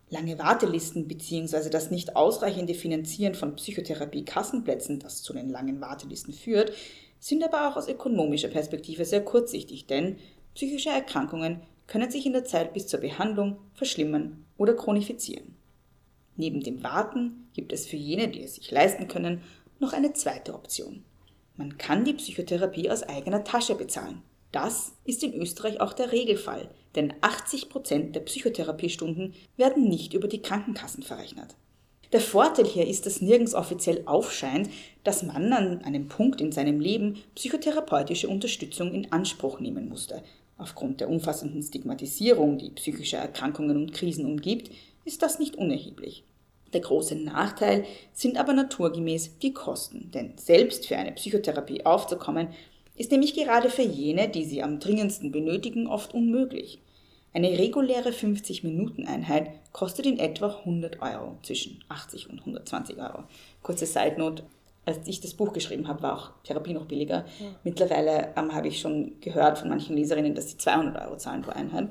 Lange Wartelisten bzw. das nicht ausreichende Finanzieren von Psychotherapie-Kassenplätzen, das zu den langen Wartelisten führt, sind aber auch aus ökonomischer Perspektive sehr kurzsichtig, denn psychische Erkrankungen können sich in der Zeit bis zur Behandlung verschlimmern oder chronifizieren. Neben dem Warten gibt es für jene, die es sich leisten können, noch eine zweite Option. Man kann die Psychotherapie aus eigener Tasche bezahlen. Das ist in Österreich auch der Regelfall, denn 80% der Psychotherapiestunden werden nicht über die Krankenkassen verrechnet. Der Vorteil hier ist, dass nirgends offiziell aufscheint, dass man an einem Punkt in seinem Leben psychotherapeutische Unterstützung in Anspruch nehmen musste. Aufgrund der umfassenden Stigmatisierung, die psychische Erkrankungen und Krisen umgibt, ist das nicht unerheblich. Der große Nachteil sind aber naturgemäß die Kosten, denn selbst für eine Psychotherapie aufzukommen, ist nämlich gerade für jene, die sie am dringendsten benötigen, oft unmöglich. Eine reguläre 50-Minuten-Einheit kostet in etwa 100 Euro, zwischen 80 und 120 Euro. Kurze Side-Note, als ich das Buch geschrieben habe, war auch Therapie noch billiger. Ja. Mittlerweile habe ich schon gehört von manchen Leserinnen, dass sie 200 Euro zahlen pro Einheit.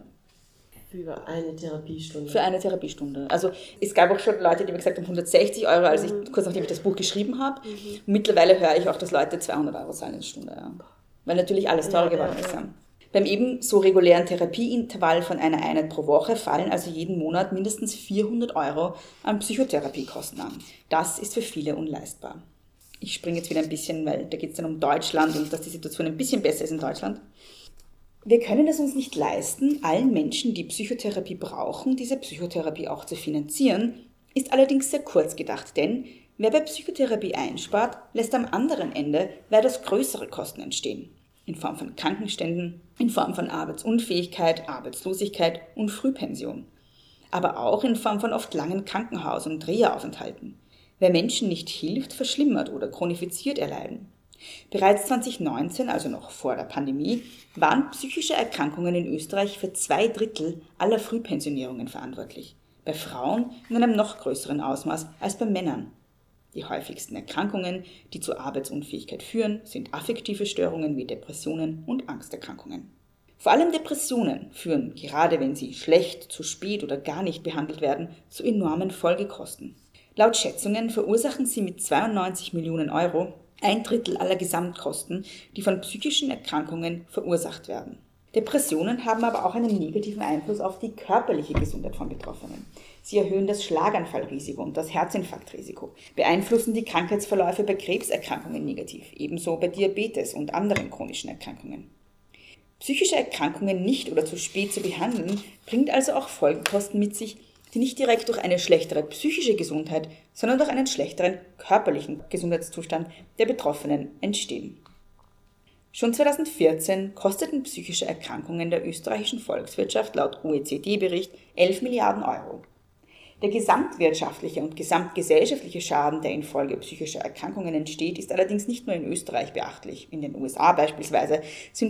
Für eine Therapiestunde? Für eine Therapiestunde. Also es gab auch schon Leute, die mir gesagt haben, 160 Euro, kurz nachdem ich das Buch geschrieben habe. Mittlerweile höre ich auch, dass Leute 200 Euro zahlen in der Stunde. Ja. Weil natürlich alles teurer geworden ist. Ja. Beim ebenso regulären Therapieintervall von einer Einheit pro Woche fallen also jeden Monat mindestens 400 Euro an Psychotherapiekosten an. Das ist für viele unleistbar. Ich springe jetzt wieder ein bisschen, weil da geht es dann um Deutschland und dass die Situation ein bisschen besser ist in Deutschland. Wir können es uns nicht leisten, allen Menschen, die Psychotherapie brauchen, diese Psychotherapie auch zu finanzieren, ist allerdings sehr kurz gedacht, denn wer bei Psychotherapie einspart, lässt am anderen Ende weitaus größere Kosten entstehen. In Form von Krankenständen, in Form von Arbeitsunfähigkeit, Arbeitslosigkeit und Frühpension. Aber auch in Form von oft langen Krankenhaus- und Reha-Aufenthalten. Wer Menschen nicht hilft, verschlimmert oder chronifiziert erleiden. Bereits 2019, also noch vor der Pandemie, waren psychische Erkrankungen in Österreich für 2/3 aller Frühpensionierungen verantwortlich. Bei Frauen in einem noch größeren Ausmaß als bei Männern. Die häufigsten Erkrankungen, die zur Arbeitsunfähigkeit führen, sind affektive Störungen wie Depressionen und Angsterkrankungen. Vor allem Depressionen führen, gerade wenn sie schlecht, zu spät oder gar nicht behandelt werden, zu enormen Folgekosten. Laut Schätzungen verursachen sie mit 92 Millionen Euro 1/3 aller Gesamtkosten, die von psychischen Erkrankungen verursacht werden. Depressionen haben aber auch einen negativen Einfluss auf die körperliche Gesundheit von Betroffenen. Sie erhöhen das Schlaganfallrisiko und das Herzinfarktrisiko, beeinflussen die Krankheitsverläufe bei Krebserkrankungen negativ, ebenso bei Diabetes und anderen chronischen Erkrankungen. Psychische Erkrankungen nicht oder zu spät zu behandeln, bringt also auch Folgekosten mit sich, die nicht direkt durch eine schlechtere psychische Gesundheit, sondern durch einen schlechteren körperlichen Gesundheitszustand der Betroffenen entstehen. Schon 2014 kosteten psychische Erkrankungen der österreichischen Volkswirtschaft laut OECD-Bericht 11 Milliarden Euro. Der gesamtwirtschaftliche und gesamtgesellschaftliche Schaden, der infolge psychischer Erkrankungen entsteht, ist allerdings nicht nur in Österreich beachtlich. In den USA beispielsweise sind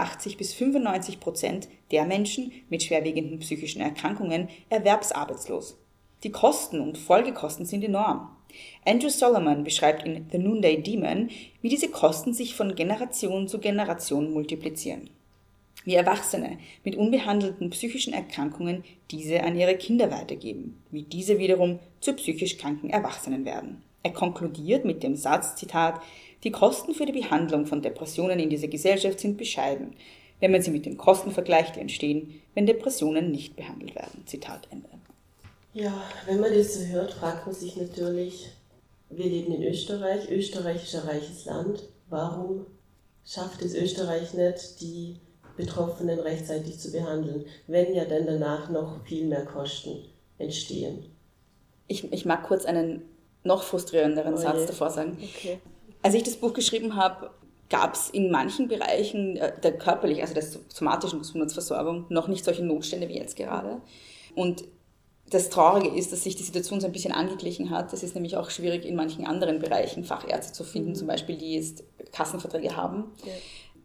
85-95% der Menschen mit schwerwiegenden psychischen Erkrankungen erwerbsarbeitslos. Die Kosten und Folgekosten sind enorm. Andrew Solomon beschreibt in The Noonday Demon, wie diese Kosten sich von Generation zu Generation multiplizieren. Wie Erwachsene mit unbehandelten psychischen Erkrankungen diese an ihre Kinder weitergeben, wie diese wiederum zu psychisch kranken Erwachsenen werden. Er konkludiert mit dem Satz, Zitat, die Kosten für die Behandlung von Depressionen in dieser Gesellschaft sind bescheiden, wenn man sie mit den Kosten vergleicht, die entstehen, wenn Depressionen nicht behandelt werden. Zitat Ende. Ja, wenn man das so hört, fragt man sich natürlich, wir leben in Österreich, Österreich ist ein reiches Land, warum schafft es Österreich nicht, die Betroffenen rechtzeitig zu behandeln, wenn ja dann danach noch viel mehr Kosten entstehen? Ich mag kurz einen noch frustrierenderen Satz davor sagen. Okay. Als ich das Buch geschrieben habe, gab es in manchen Bereichen der körperlichen, also der somatischen Gesundheitsversorgung, noch nicht solche Notstände wie jetzt gerade. Und das Traurige ist, dass sich die Situation so ein bisschen angeglichen hat. Es ist nämlich auch schwierig, in manchen anderen Bereichen Fachärzte zu finden, zum Beispiel, die jetzt Kassenverträge haben. Ja.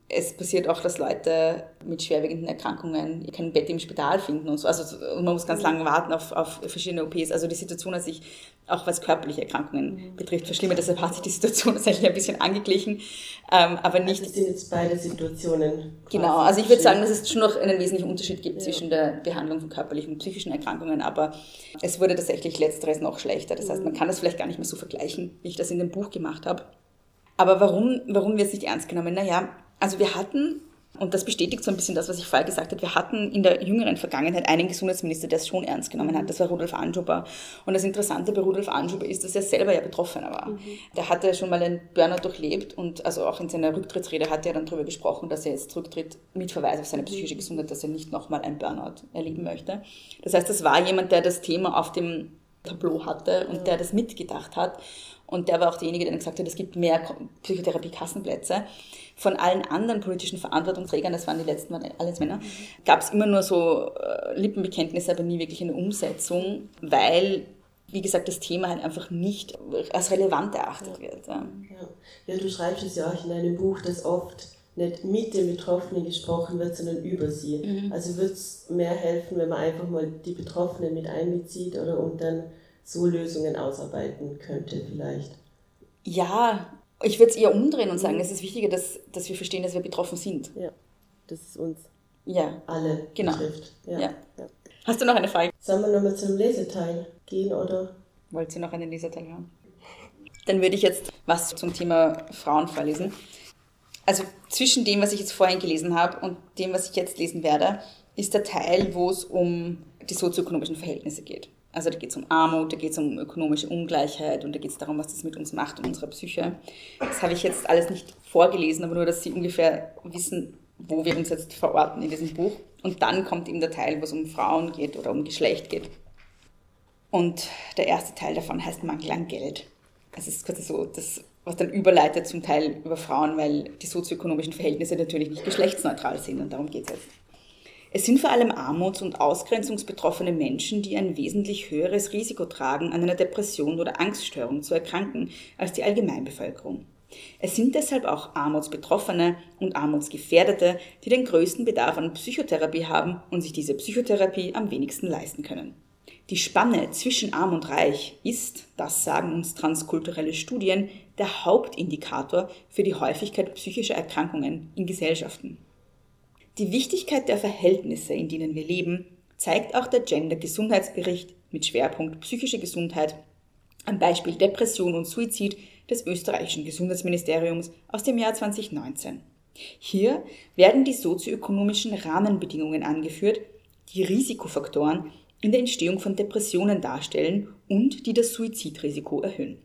es passiert auch, dass Leute mit schwerwiegenden Erkrankungen kein Bett im Spital finden und so. Also man muss ganz lange warten auf verschiedene OPs. Also die Situation hat sich, auch was körperliche Erkrankungen betrifft, verschlimmert. Deshalb hat sich die Situation tatsächlich ein bisschen angeglichen. Aber nicht. Also sind jetzt beide Situationen. Genau, also ich würde sagen, dass es schon noch einen wesentlichen Unterschied gibt zwischen der Behandlung von körperlichen und psychischen Erkrankungen. Aber es wurde tatsächlich letzteres noch schlechter. Das heißt, man kann das vielleicht gar nicht mehr so vergleichen, wie ich das in dem Buch gemacht habe. Aber warum wird es nicht ernst genommen? Naja, also wir hatten, und das bestätigt so ein bisschen das, was ich vorher gesagt habe, wir hatten in der jüngeren Vergangenheit einen Gesundheitsminister, der es schon ernst genommen hat. Das war Rudolf Anschober. Und das Interessante bei Rudolf Anschober ist, dass er selber ja Betroffener war. Der hatte schon mal einen Burnout durchlebt und also auch in seiner Rücktrittsrede hat er dann darüber gesprochen, dass er jetzt zurücktritt mit Verweis auf seine psychische Gesundheit, dass er nicht nochmal einen Burnout erleben möchte. Das heißt, das war jemand, der das Thema auf dem Tableau hatte und der das mitgedacht hat. Und der war auch derjenige, der dann gesagt hat, es gibt mehr Psychotherapie-Kassenplätze. Von allen anderen politischen Verantwortungsträgern, das waren die letzten, waren alles Männer, gab es immer nur so Lippenbekenntnisse, aber nie wirklich eine Umsetzung, weil, wie gesagt, das Thema halt einfach nicht als relevant erachtet wird. Ja, du schreibst es ja auch in deinem Buch, dass oft nicht mit den Betroffenen gesprochen wird, sondern über sie. Also würde es mehr helfen, wenn man einfach mal die Betroffenen mit einbezieht und dann so Lösungen ausarbeiten könnte vielleicht. Ja, ich würde es eher umdrehen und sagen, es ist wichtiger, dass wir verstehen, dass wir betroffen sind. Ja, dass es uns alle betrifft. Ja. Hast du noch eine Frage? Sollen wir nochmal zum Leseteil gehen, oder? Wollt ihr noch einen Leseteil hören? Dann würde ich jetzt was zum Thema Frauen vorlesen. Also zwischen dem, was ich jetzt vorhin gelesen habe und dem, was ich jetzt lesen werde, ist der Teil, wo es um die sozioökonomischen Verhältnisse geht. Also da geht es um Armut, da geht es um ökonomische Ungleichheit und da geht es darum, was das mit uns macht und unserer Psyche. Das habe ich jetzt alles nicht vorgelesen, aber nur, dass Sie ungefähr wissen, wo wir uns jetzt verorten in diesem Buch. Und dann kommt eben der Teil, wo es um Frauen geht oder um Geschlecht geht. Und der erste Teil davon heißt Mangel an Geld. Es ist quasi so das, was dann überleitet zum Teil über Frauen, weil die sozioökonomischen Verhältnisse natürlich nicht geschlechtsneutral sind und darum geht es jetzt. Es sind vor allem armuts- und ausgrenzungsbetroffene Menschen, die ein wesentlich höheres Risiko tragen, an einer Depression oder Angststörung zu erkranken als die Allgemeinbevölkerung. Es sind deshalb auch Armutsbetroffene und Armutsgefährdete, die den größten Bedarf an Psychotherapie haben und sich diese Psychotherapie am wenigsten leisten können. Die Spanne zwischen Arm und Reich ist, das sagen uns transkulturelle Studien, der Hauptindikator für die Häufigkeit psychischer Erkrankungen in Gesellschaften. Die Wichtigkeit der Verhältnisse, in denen wir leben, zeigt auch der Gender-Gesundheitsbericht mit Schwerpunkt psychische Gesundheit am Beispiel Depression und Suizid des österreichischen Gesundheitsministeriums aus dem Jahr 2019. Hier werden die sozioökonomischen Rahmenbedingungen angeführt, die Risikofaktoren in der Entstehung von Depressionen darstellen und die das Suizidrisiko erhöhen.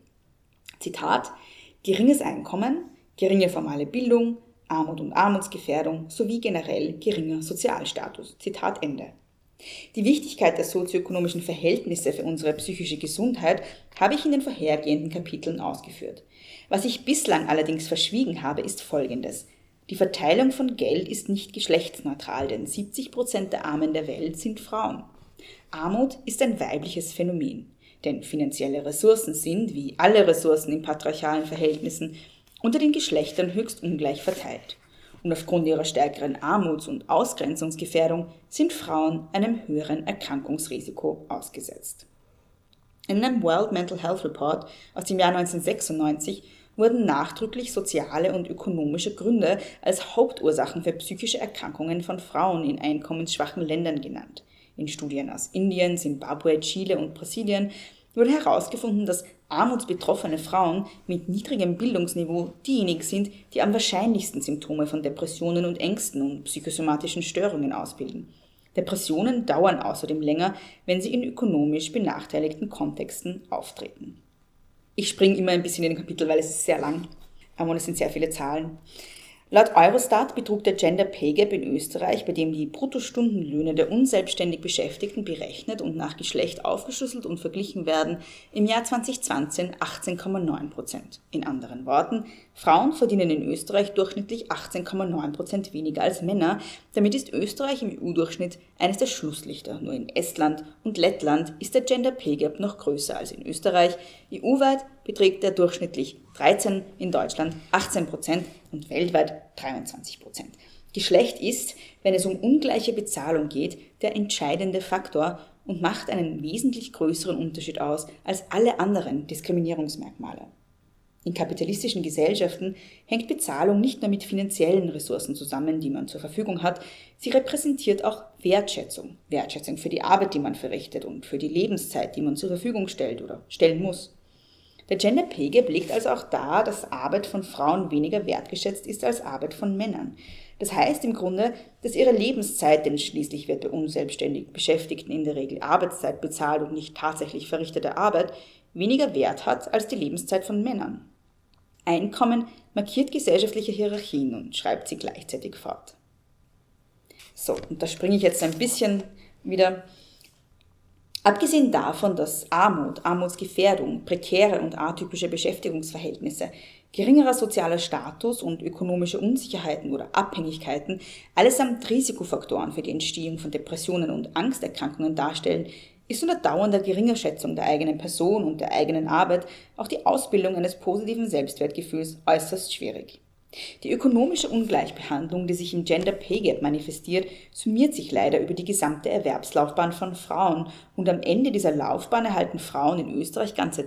Zitat: geringes Einkommen, geringe formale Bildung, Armut und Armutsgefährdung sowie generell geringer Sozialstatus. Zitat Ende. Die Wichtigkeit der sozioökonomischen Verhältnisse für unsere psychische Gesundheit habe ich in den vorhergehenden Kapiteln ausgeführt. Was ich bislang allerdings verschwiegen habe, ist Folgendes. Die Verteilung von Geld ist nicht geschlechtsneutral, denn 70% der Armen der Welt sind Frauen. Armut ist ein weibliches Phänomen, denn finanzielle Ressourcen sind, wie alle Ressourcen in patriarchalen Verhältnissen, unter den Geschlechtern höchst ungleich verteilt. Und aufgrund ihrer stärkeren Armuts- und Ausgrenzungsgefährdung sind Frauen einem höheren Erkrankungsrisiko ausgesetzt. In einem World Mental Health Report aus dem Jahr 1996 wurden nachdrücklich soziale und ökonomische Gründe als Hauptursachen für psychische Erkrankungen von Frauen in einkommensschwachen Ländern genannt. In Studien aus Indien, Simbabwe, Chile und Brasilien wurde herausgefunden, dass armutsbetroffene Frauen mit niedrigem Bildungsniveau diejenigen sind, die am wahrscheinlichsten Symptome von Depressionen und Ängsten und psychosomatischen Störungen ausbilden. Depressionen dauern außerdem länger, wenn sie in ökonomisch benachteiligten Kontexten auftreten. Ich springe immer ein bisschen in den Kapitel, weil es ist sehr lang und es sind sehr viele Zahlen. Laut Eurostat betrug der Gender Pay Gap in Österreich, bei dem die Bruttostundenlöhne der unselbstständig Beschäftigten berechnet und nach Geschlecht aufgeschlüsselt und verglichen werden, im Jahr 2020 18,9%. In anderen Worten, Frauen verdienen in Österreich durchschnittlich 18,9% weniger als Männer. Damit ist Österreich im EU-Durchschnitt eines der Schlusslichter. Nur in Estland und Lettland ist der Gender Pay Gap noch größer als in Österreich. EU-weit beträgt er durchschnittlich 13%, in Deutschland 18% und weltweit 23%. Geschlecht ist, wenn es um ungleiche Bezahlung geht, der entscheidende Faktor und macht einen wesentlich größeren Unterschied aus als alle anderen Diskriminierungsmerkmale. In kapitalistischen Gesellschaften hängt Bezahlung nicht nur mit finanziellen Ressourcen zusammen, die man zur Verfügung hat, sie repräsentiert auch Wertschätzung. Wertschätzung für die Arbeit, die man verrichtet und für die Lebenszeit, die man zur Verfügung stellt oder stellen muss. Der Gender Pay Gap legt also auch dar, dass Arbeit von Frauen weniger wertgeschätzt ist als Arbeit von Männern. Das heißt im Grunde, dass ihre Lebenszeit, denn schließlich wird bei unselbstständig Beschäftigten in der Regel Arbeitszeit bezahlt und nicht tatsächlich verrichtete Arbeit, weniger Wert hat als die Lebenszeit von Männern. Einkommen markiert gesellschaftliche Hierarchien und schreibt sie gleichzeitig fort. So, und da springe ich jetzt ein bisschen wieder. Abgesehen davon, dass Armut, Armutsgefährdung, prekäre und atypische Beschäftigungsverhältnisse, geringerer sozialer Status und ökonomische Unsicherheiten oder Abhängigkeiten allesamt Risikofaktoren für die Entstehung von Depressionen und Angsterkrankungen darstellen, ist unter dauernder Geringschätzung der eigenen Person und der eigenen Arbeit auch die Ausbildung eines positiven Selbstwertgefühls äußerst schwierig. Die ökonomische Ungleichbehandlung, die sich im Gender Pay Gap manifestiert, summiert sich leider über die gesamte Erwerbslaufbahn von Frauen und am Ende dieser Laufbahn erhalten Frauen in Österreich ganze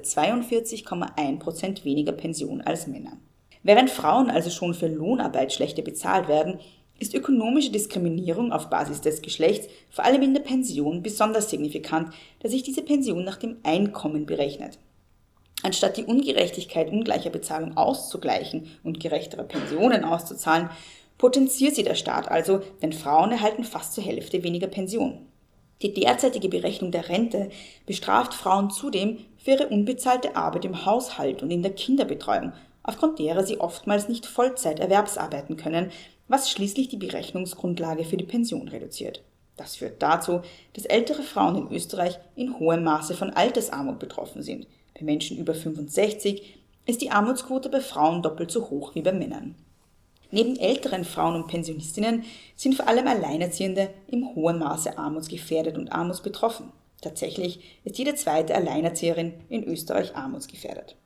42,1% weniger Pension als Männer. Während Frauen also schon für Lohnarbeit schlechter bezahlt werden, ist ökonomische Diskriminierung auf Basis des Geschlechts vor allem in der Pension besonders signifikant, da sich diese Pension nach dem Einkommen berechnet. Anstatt die Ungerechtigkeit ungleicher Bezahlung auszugleichen und gerechtere Pensionen auszuzahlen, potenziert sie der Staat also, denn Frauen erhalten fast zur Hälfte weniger Pension. Die derzeitige Berechnung der Rente bestraft Frauen zudem für ihre unbezahlte Arbeit im Haushalt und in der Kinderbetreuung, aufgrund derer sie oftmals nicht Vollzeit erwerbsarbeiten können, was schließlich die Berechnungsgrundlage für die Pension reduziert. Das führt dazu, dass ältere Frauen in Österreich in hohem Maße von Altersarmut betroffen sind. Bei Menschen über 65 ist die Armutsquote bei Frauen doppelt so hoch wie bei Männern. Neben älteren Frauen und Pensionistinnen sind vor allem Alleinerziehende im hohen Maße armutsgefährdet und armutsbetroffen. Tatsächlich ist jede zweite Alleinerzieherin in Österreich armutsgefährdet.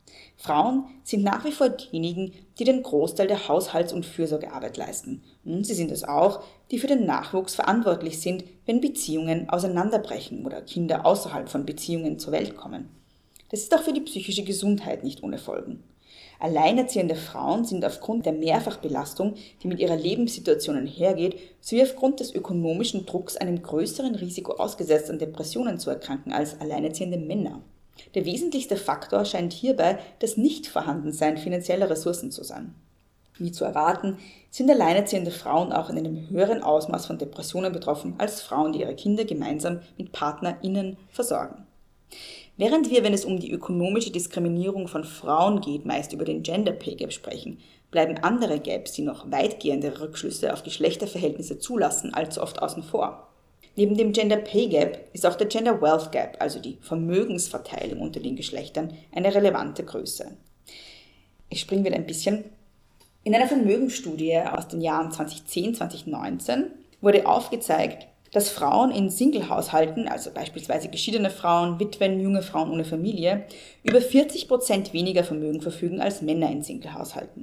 Frauen sind nach wie vor diejenigen, die den Großteil der Haushalts- und Fürsorgearbeit leisten. Und sie sind es auch, die für den Nachwuchs verantwortlich sind, wenn Beziehungen auseinanderbrechen oder Kinder außerhalb von Beziehungen zur Welt kommen. Das ist auch für die psychische Gesundheit nicht ohne Folgen. Alleinerziehende Frauen sind aufgrund der Mehrfachbelastung, die mit ihrer Lebenssituation einhergeht, sowie aufgrund des ökonomischen Drucks einem größeren Risiko ausgesetzt, an Depressionen zu erkranken als alleinerziehende Männer. Der wesentlichste Faktor scheint hierbei das Nichtvorhandensein finanzieller Ressourcen zu sein. Wie zu erwarten, sind alleinerziehende Frauen auch in einem höheren Ausmaß von Depressionen betroffen als Frauen, die ihre Kinder gemeinsam mit PartnerInnen versorgen. Während wir, wenn es um die ökonomische Diskriminierung von Frauen geht, meist über den Gender Pay Gap sprechen, bleiben andere Gaps, die noch weitgehende Rückschlüsse auf Geschlechterverhältnisse zulassen, allzu oft außen vor. Neben dem Gender Pay Gap ist auch der Gender Wealth Gap, also die Vermögensverteilung unter den Geschlechtern, eine relevante Größe. Ich springe wieder ein bisschen. In einer Vermögensstudie aus den Jahren 2010-2019 wurde aufgezeigt, dass Frauen in Single-Haushalten, also beispielsweise geschiedene Frauen, Witwen, junge Frauen ohne Familie, über 40% weniger Vermögen verfügen als Männer in Single-Haushalten.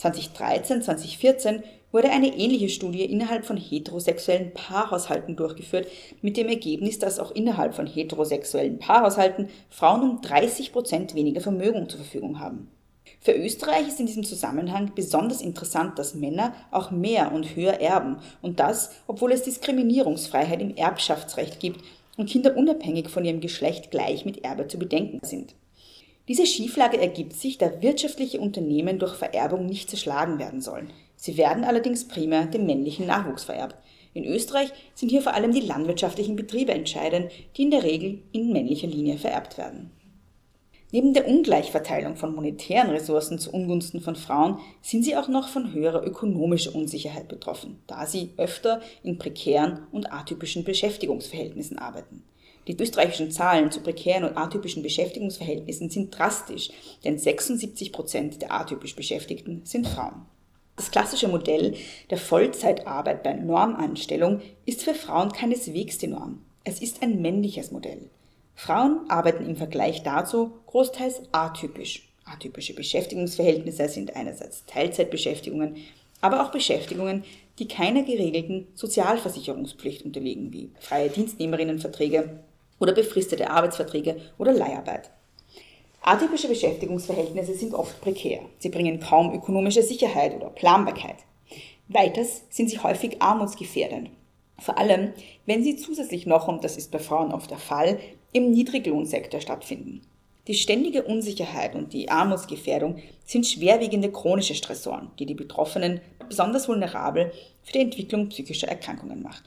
2013-2014 wurde eine ähnliche Studie innerhalb von heterosexuellen Paarhaushalten durchgeführt, mit dem Ergebnis, dass auch innerhalb von heterosexuellen Paarhaushalten Frauen um 30% weniger Vermögen zur Verfügung haben. Für Österreich ist in diesem Zusammenhang besonders interessant, dass Männer auch mehr und höher erben und das, obwohl es Diskriminierungsfreiheit im Erbschaftsrecht gibt und Kinder unabhängig von ihrem Geschlecht gleich mit Erbe zu bedenken sind. Diese Schieflage ergibt sich, da wirtschaftliche Unternehmen durch Vererbung nicht zerschlagen werden sollen. Sie werden allerdings primär dem männlichen Nachwuchs vererbt. In Österreich sind hier vor allem die landwirtschaftlichen Betriebe entscheidend, die in der Regel in männlicher Linie vererbt werden. Neben der Ungleichverteilung von monetären Ressourcen zu Ungunsten von Frauen sind sie auch noch von höherer ökonomischer Unsicherheit betroffen, da sie öfter in prekären und atypischen Beschäftigungsverhältnissen arbeiten. Die österreichischen Zahlen zu prekären und atypischen Beschäftigungsverhältnissen sind drastisch, denn 76% der atypisch Beschäftigten sind Frauen. Das klassische Modell der Vollzeitarbeit bei Normanstellung ist für Frauen keineswegs die Norm. Es ist ein männliches Modell. Frauen arbeiten im Vergleich dazu großteils atypisch. Atypische Beschäftigungsverhältnisse sind einerseits Teilzeitbeschäftigungen, aber auch Beschäftigungen, die keiner geregelten Sozialversicherungspflicht unterliegen, wie freie Dienstnehmerinnenverträge oder befristete Arbeitsverträge oder Leiharbeit. Atypische Beschäftigungsverhältnisse sind oft prekär. Sie bringen kaum ökonomische Sicherheit oder Planbarkeit. Weiters sind sie häufig armutsgefährdend. Vor allem, wenn sie zusätzlich noch, und das ist bei Frauen oft der Fall, im Niedriglohnsektor stattfinden. Die ständige Unsicherheit und die Armutsgefährdung sind schwerwiegende chronische Stressoren, die die Betroffenen besonders vulnerabel für die Entwicklung psychischer Erkrankungen macht.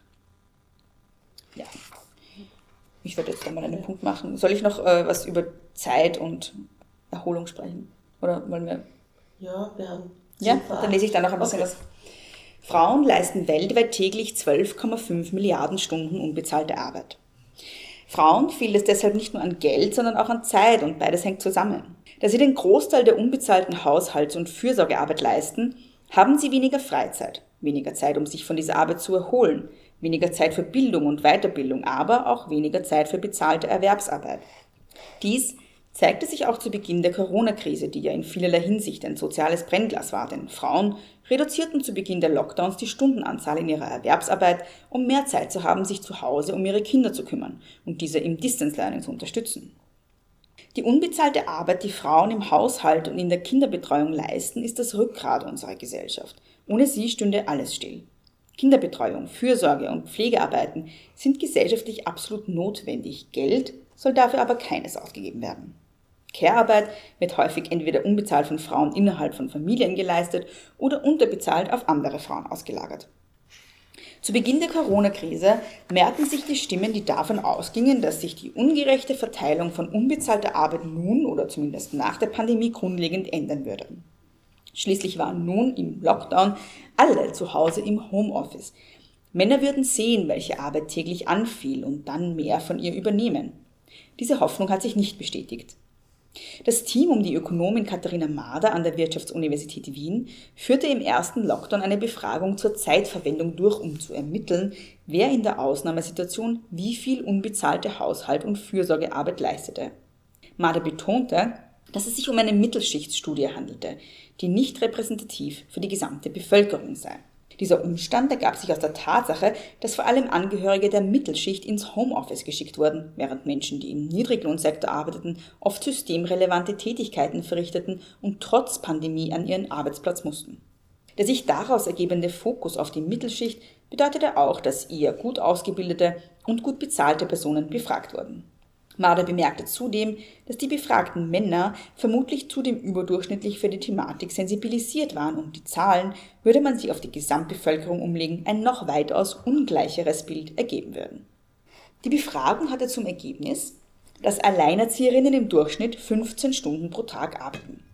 Ja, ich würde jetzt einmal einen Punkt machen. Soll ich noch was über Zeit und Erholung sprechen? Oder wollen wir? Ja, wir haben. Ja, dann lese ich da noch ein bisschen was. Frauen leisten weltweit täglich 12,5 Milliarden Stunden unbezahlte Arbeit. Frauen fehlt es deshalb nicht nur an Geld, sondern auch an Zeit und beides hängt zusammen. Da sie den Großteil der unbezahlten Haushalts- und Fürsorgearbeit leisten, haben sie weniger Freizeit, weniger Zeit, um sich von dieser Arbeit zu erholen, weniger Zeit für Bildung und Weiterbildung, aber auch weniger Zeit für bezahlte Erwerbsarbeit. Dies zeigte sich auch zu Beginn der Corona-Krise, die ja in vielerlei Hinsicht ein soziales Brennglas war, denn Frauen reduzierten zu Beginn der Lockdowns die Stundenanzahl in ihrer Erwerbsarbeit, um mehr Zeit zu haben, sich zu Hause um ihre Kinder zu kümmern und diese im Distance Learning zu unterstützen. Die unbezahlte Arbeit, die Frauen im Haushalt und in der Kinderbetreuung leisten, ist das Rückgrat unserer Gesellschaft. Ohne sie stünde alles still. Kinderbetreuung, Fürsorge und Pflegearbeiten sind gesellschaftlich absolut notwendig. Geld soll dafür aber keines ausgegeben werden. Care-Arbeit wird häufig entweder unbezahlt von Frauen innerhalb von Familien geleistet oder unterbezahlt auf andere Frauen ausgelagert. Zu Beginn der Corona-Krise mehrten sich die Stimmen, die davon ausgingen, dass sich die ungerechte Verteilung von unbezahlter Arbeit nun oder zumindest nach der Pandemie grundlegend ändern würde. Schließlich waren nun im Lockdown alle zu Hause im Homeoffice. Männer würden sehen, welche Arbeit täglich anfiel und dann mehr von ihr übernehmen. Diese Hoffnung hat sich nicht bestätigt. Das Team um die Ökonomin Katharina Mader an der Wirtschaftsuniversität Wien führte im ersten Lockdown eine Befragung zur Zeitverwendung durch, um zu ermitteln, wer in der Ausnahmesituation wie viel unbezahlte Haushalt- und Fürsorgearbeit leistete. Mader betonte, dass es sich um eine Mittelschichtsstudie handelte, die nicht repräsentativ für die gesamte Bevölkerung sei. Dieser Umstand ergab sich aus der Tatsache, dass vor allem Angehörige der Mittelschicht ins Homeoffice geschickt wurden, während Menschen, die im Niedriglohnsektor arbeiteten, oft systemrelevante Tätigkeiten verrichteten und trotz Pandemie an ihren Arbeitsplatz mussten. Der sich daraus ergebende Fokus auf die Mittelschicht bedeutete auch, dass eher gut ausgebildete und gut bezahlte Personen befragt wurden. Mader bemerkte zudem, dass die befragten Männer vermutlich zudem überdurchschnittlich für die Thematik sensibilisiert waren und die Zahlen, würde man sie auf die Gesamtbevölkerung umlegen, ein noch weitaus ungleicheres Bild ergeben würden. Die Befragung hatte zum Ergebnis, dass Alleinerzieherinnen im Durchschnitt 15 Stunden pro Tag arbeiten,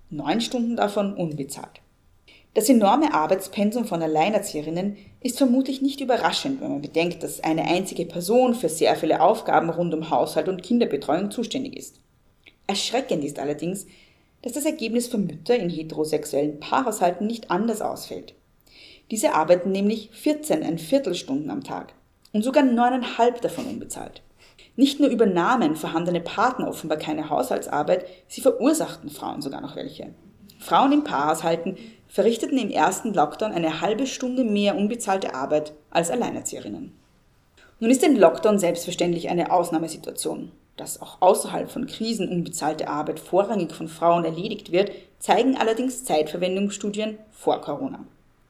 9 Stunden davon unbezahlt. Das enorme Arbeitspensum von Alleinerzieherinnen ist vermutlich nicht überraschend, wenn man bedenkt, dass eine einzige Person für sehr viele Aufgaben rund um Haushalt und Kinderbetreuung zuständig ist. Erschreckend ist allerdings, dass das Ergebnis für Mütter in heterosexuellen Paarhaushalten nicht anders ausfällt. Diese arbeiten nämlich 14,25 Stunden am Tag und sogar 9,5 davon unbezahlt. Nicht nur übernahmen vorhandene Partner offenbar keine Haushaltsarbeit, sie verursachten Frauen sogar noch welche. Frauen in Paarhaushalten verrichteten im ersten Lockdown eine halbe Stunde mehr unbezahlte Arbeit als Alleinerzieherinnen. Nun ist ein Lockdown selbstverständlich eine Ausnahmesituation. Dass auch außerhalb von Krisen unbezahlte Arbeit vorrangig von Frauen erledigt wird, zeigen allerdings Zeitverwendungsstudien vor Corona.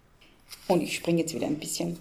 Und ich springe jetzt wieder ein bisschen.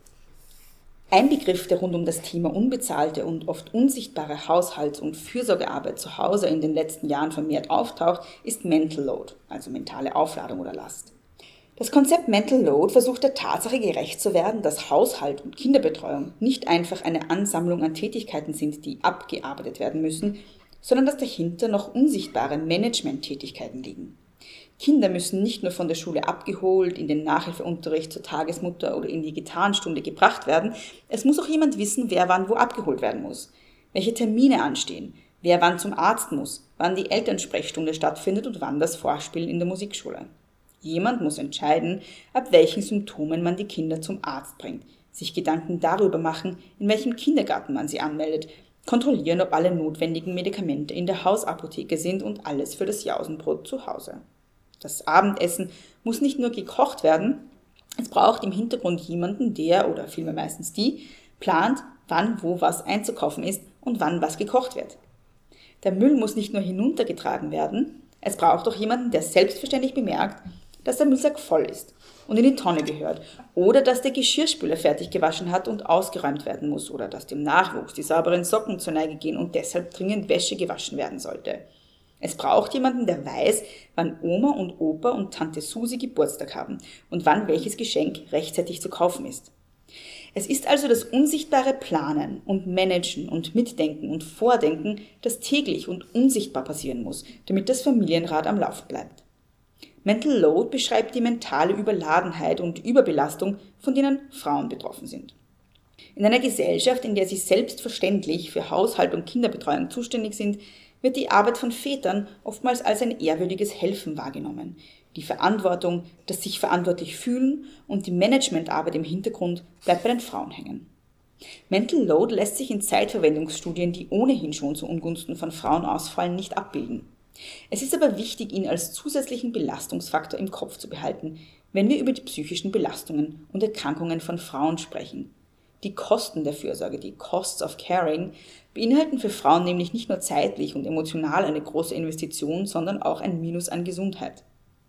Ein Begriff, der rund um das Thema unbezahlte und oft unsichtbare Haushalts- und Fürsorgearbeit zu Hause in den letzten Jahren vermehrt auftaucht, ist Mental Load, also mentale Aufladung oder Last. Das Konzept Mental Load versucht der Tatsache gerecht zu werden, dass Haushalt und Kinderbetreuung nicht einfach eine Ansammlung an Tätigkeiten sind, die abgearbeitet werden müssen, sondern dass dahinter noch unsichtbare Managementtätigkeiten liegen. Kinder müssen nicht nur von der Schule abgeholt, in den Nachhilfeunterricht zur Tagesmutter oder in die Gitarrenstunde gebracht werden. Es muss auch jemand wissen, wer wann wo abgeholt werden muss, welche Termine anstehen, wer wann zum Arzt muss, wann die Elternsprechstunde stattfindet und wann das Vorspiel in der Musikschule. Jemand muss entscheiden, ab welchen Symptomen man die Kinder zum Arzt bringt, sich Gedanken darüber machen, in welchem Kindergarten man sie anmeldet, kontrollieren, ob alle notwendigen Medikamente in der Hausapotheke sind und alles für das Jausenbrot zu Hause. Das Abendessen muss nicht nur gekocht werden, es braucht im Hintergrund jemanden, der, oder vielmehr meistens die, plant, wann wo was einzukaufen ist und wann was gekocht wird. Der Müll muss nicht nur hinuntergetragen werden, es braucht auch jemanden, der selbstverständlich bemerkt, dass der Müllsack voll ist und in die Tonne gehört oder dass der Geschirrspüler fertig gewaschen hat und ausgeräumt werden muss oder dass dem Nachwuchs die sauberen Socken zur Neige gehen und deshalb dringend Wäsche gewaschen werden sollte. Es braucht jemanden, der weiß, wann Oma und Opa und Tante Susi Geburtstag haben und wann welches Geschenk rechtzeitig zu kaufen ist. Es ist also das unsichtbare Planen und Managen und Mitdenken und Vordenken, das täglich und unsichtbar passieren muss, damit das Familienrad am Laufen bleibt. Mental Load beschreibt die mentale Überladenheit und Überbelastung, von denen Frauen betroffen sind. In einer Gesellschaft, in der sie selbstverständlich für Haushalt und Kinderbetreuung zuständig sind, wird die Arbeit von Vätern oftmals als ein ehrwürdiges Helfen wahrgenommen. Die Verantwortung, das sich verantwortlich fühlen und die Managementarbeit im Hintergrund bleibt bei den Frauen hängen. Mental Load lässt sich in Zeitverwendungsstudien, die ohnehin schon zu Ungunsten von Frauen ausfallen, nicht abbilden. Es ist aber wichtig, ihn als zusätzlichen Belastungsfaktor im Kopf zu behalten, wenn wir über die psychischen Belastungen und Erkrankungen von Frauen sprechen. Die Kosten der Fürsorge, die Costs of Caring, beinhalten für Frauen nämlich nicht nur zeitlich und emotional eine große Investition, sondern auch ein Minus an Gesundheit.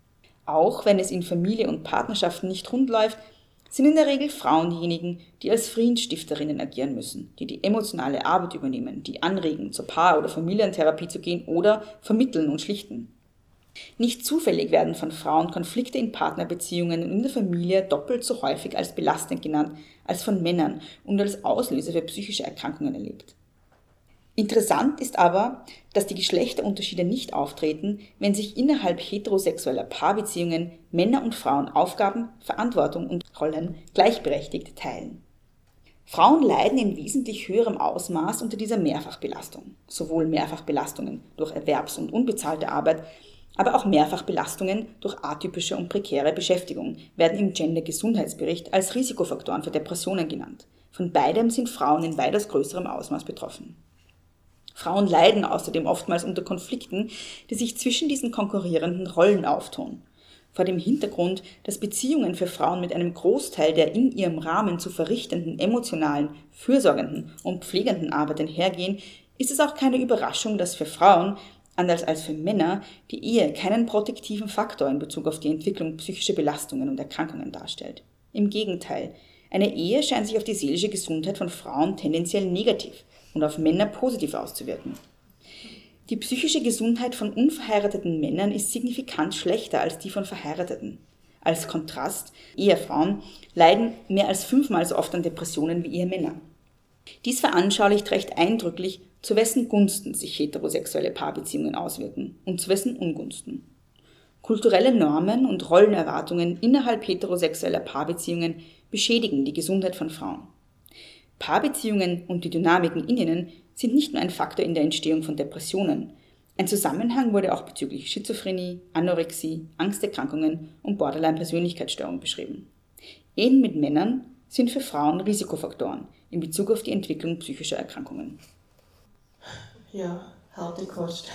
Auch wenn es in Familie und Partnerschaften nicht rund läuft, sind in der Regel Frauen diejenigen, die als Friedensstifterinnen agieren müssen, die die emotionale Arbeit übernehmen, die anregen, zur Paar- oder Familientherapie zu gehen oder vermitteln und schlichten. Nicht zufällig werden von Frauen Konflikte in Partnerbeziehungen und in der Familie doppelt so häufig als belastend genannt als von Männern und als Auslöser für psychische Erkrankungen erlebt. Interessant ist aber, dass die Geschlechterunterschiede nicht auftreten, wenn sich innerhalb heterosexueller Paarbeziehungen Männer und Frauen Aufgaben, Verantwortung und Rollen gleichberechtigt teilen. Frauen leiden in wesentlich höherem Ausmaß unter dieser Mehrfachbelastung, sowohl Mehrfachbelastungen durch Erwerbs- und unbezahlte Arbeit, aber auch Mehrfachbelastungen durch atypische und prekäre Beschäftigung werden im Gender-Gesundheitsbericht als Risikofaktoren für Depressionen genannt. Von beidem sind Frauen in weitaus größerem Ausmaß betroffen. Frauen leiden außerdem oftmals unter Konflikten, die sich zwischen diesen konkurrierenden Rollen auftun. Vor dem Hintergrund, dass Beziehungen für Frauen mit einem Großteil der in ihrem Rahmen zu verrichtenden emotionalen, fürsorgenden und pflegenden Arbeit einhergehen, ist es auch keine Überraschung, dass für Frauen, anders als für Männer, die Ehe keinen protektiven Faktor in Bezug auf die Entwicklung psychischer Belastungen und Erkrankungen darstellt. Im Gegenteil, eine Ehe scheint sich auf die seelische Gesundheit von Frauen tendenziell negativ und auf Männer positiv auszuwirken. Die psychische Gesundheit von unverheirateten Männern ist signifikant schlechter als die von Verheirateten. Als Kontrast, Ehefrauen leiden mehr als 5-mal so oft an Depressionen wie Ehemänner. Dies veranschaulicht recht eindrücklich, zu wessen Gunsten sich heterosexuelle Paarbeziehungen auswirken und zu wessen Ungunsten. Kulturelle Normen und Rollenerwartungen innerhalb heterosexueller Paarbeziehungen beschädigen die Gesundheit von Frauen. Paarbeziehungen und die Dynamiken in ihnen sind nicht nur ein Faktor in der Entstehung von Depressionen. Ein Zusammenhang wurde auch bezüglich Schizophrenie, Anorexie, Angsterkrankungen und Borderline-Persönlichkeitsstörung beschrieben. Ehen mit Männern sind für Frauen Risikofaktoren in Bezug auf die Entwicklung psychischer Erkrankungen. Ja, harte Kost.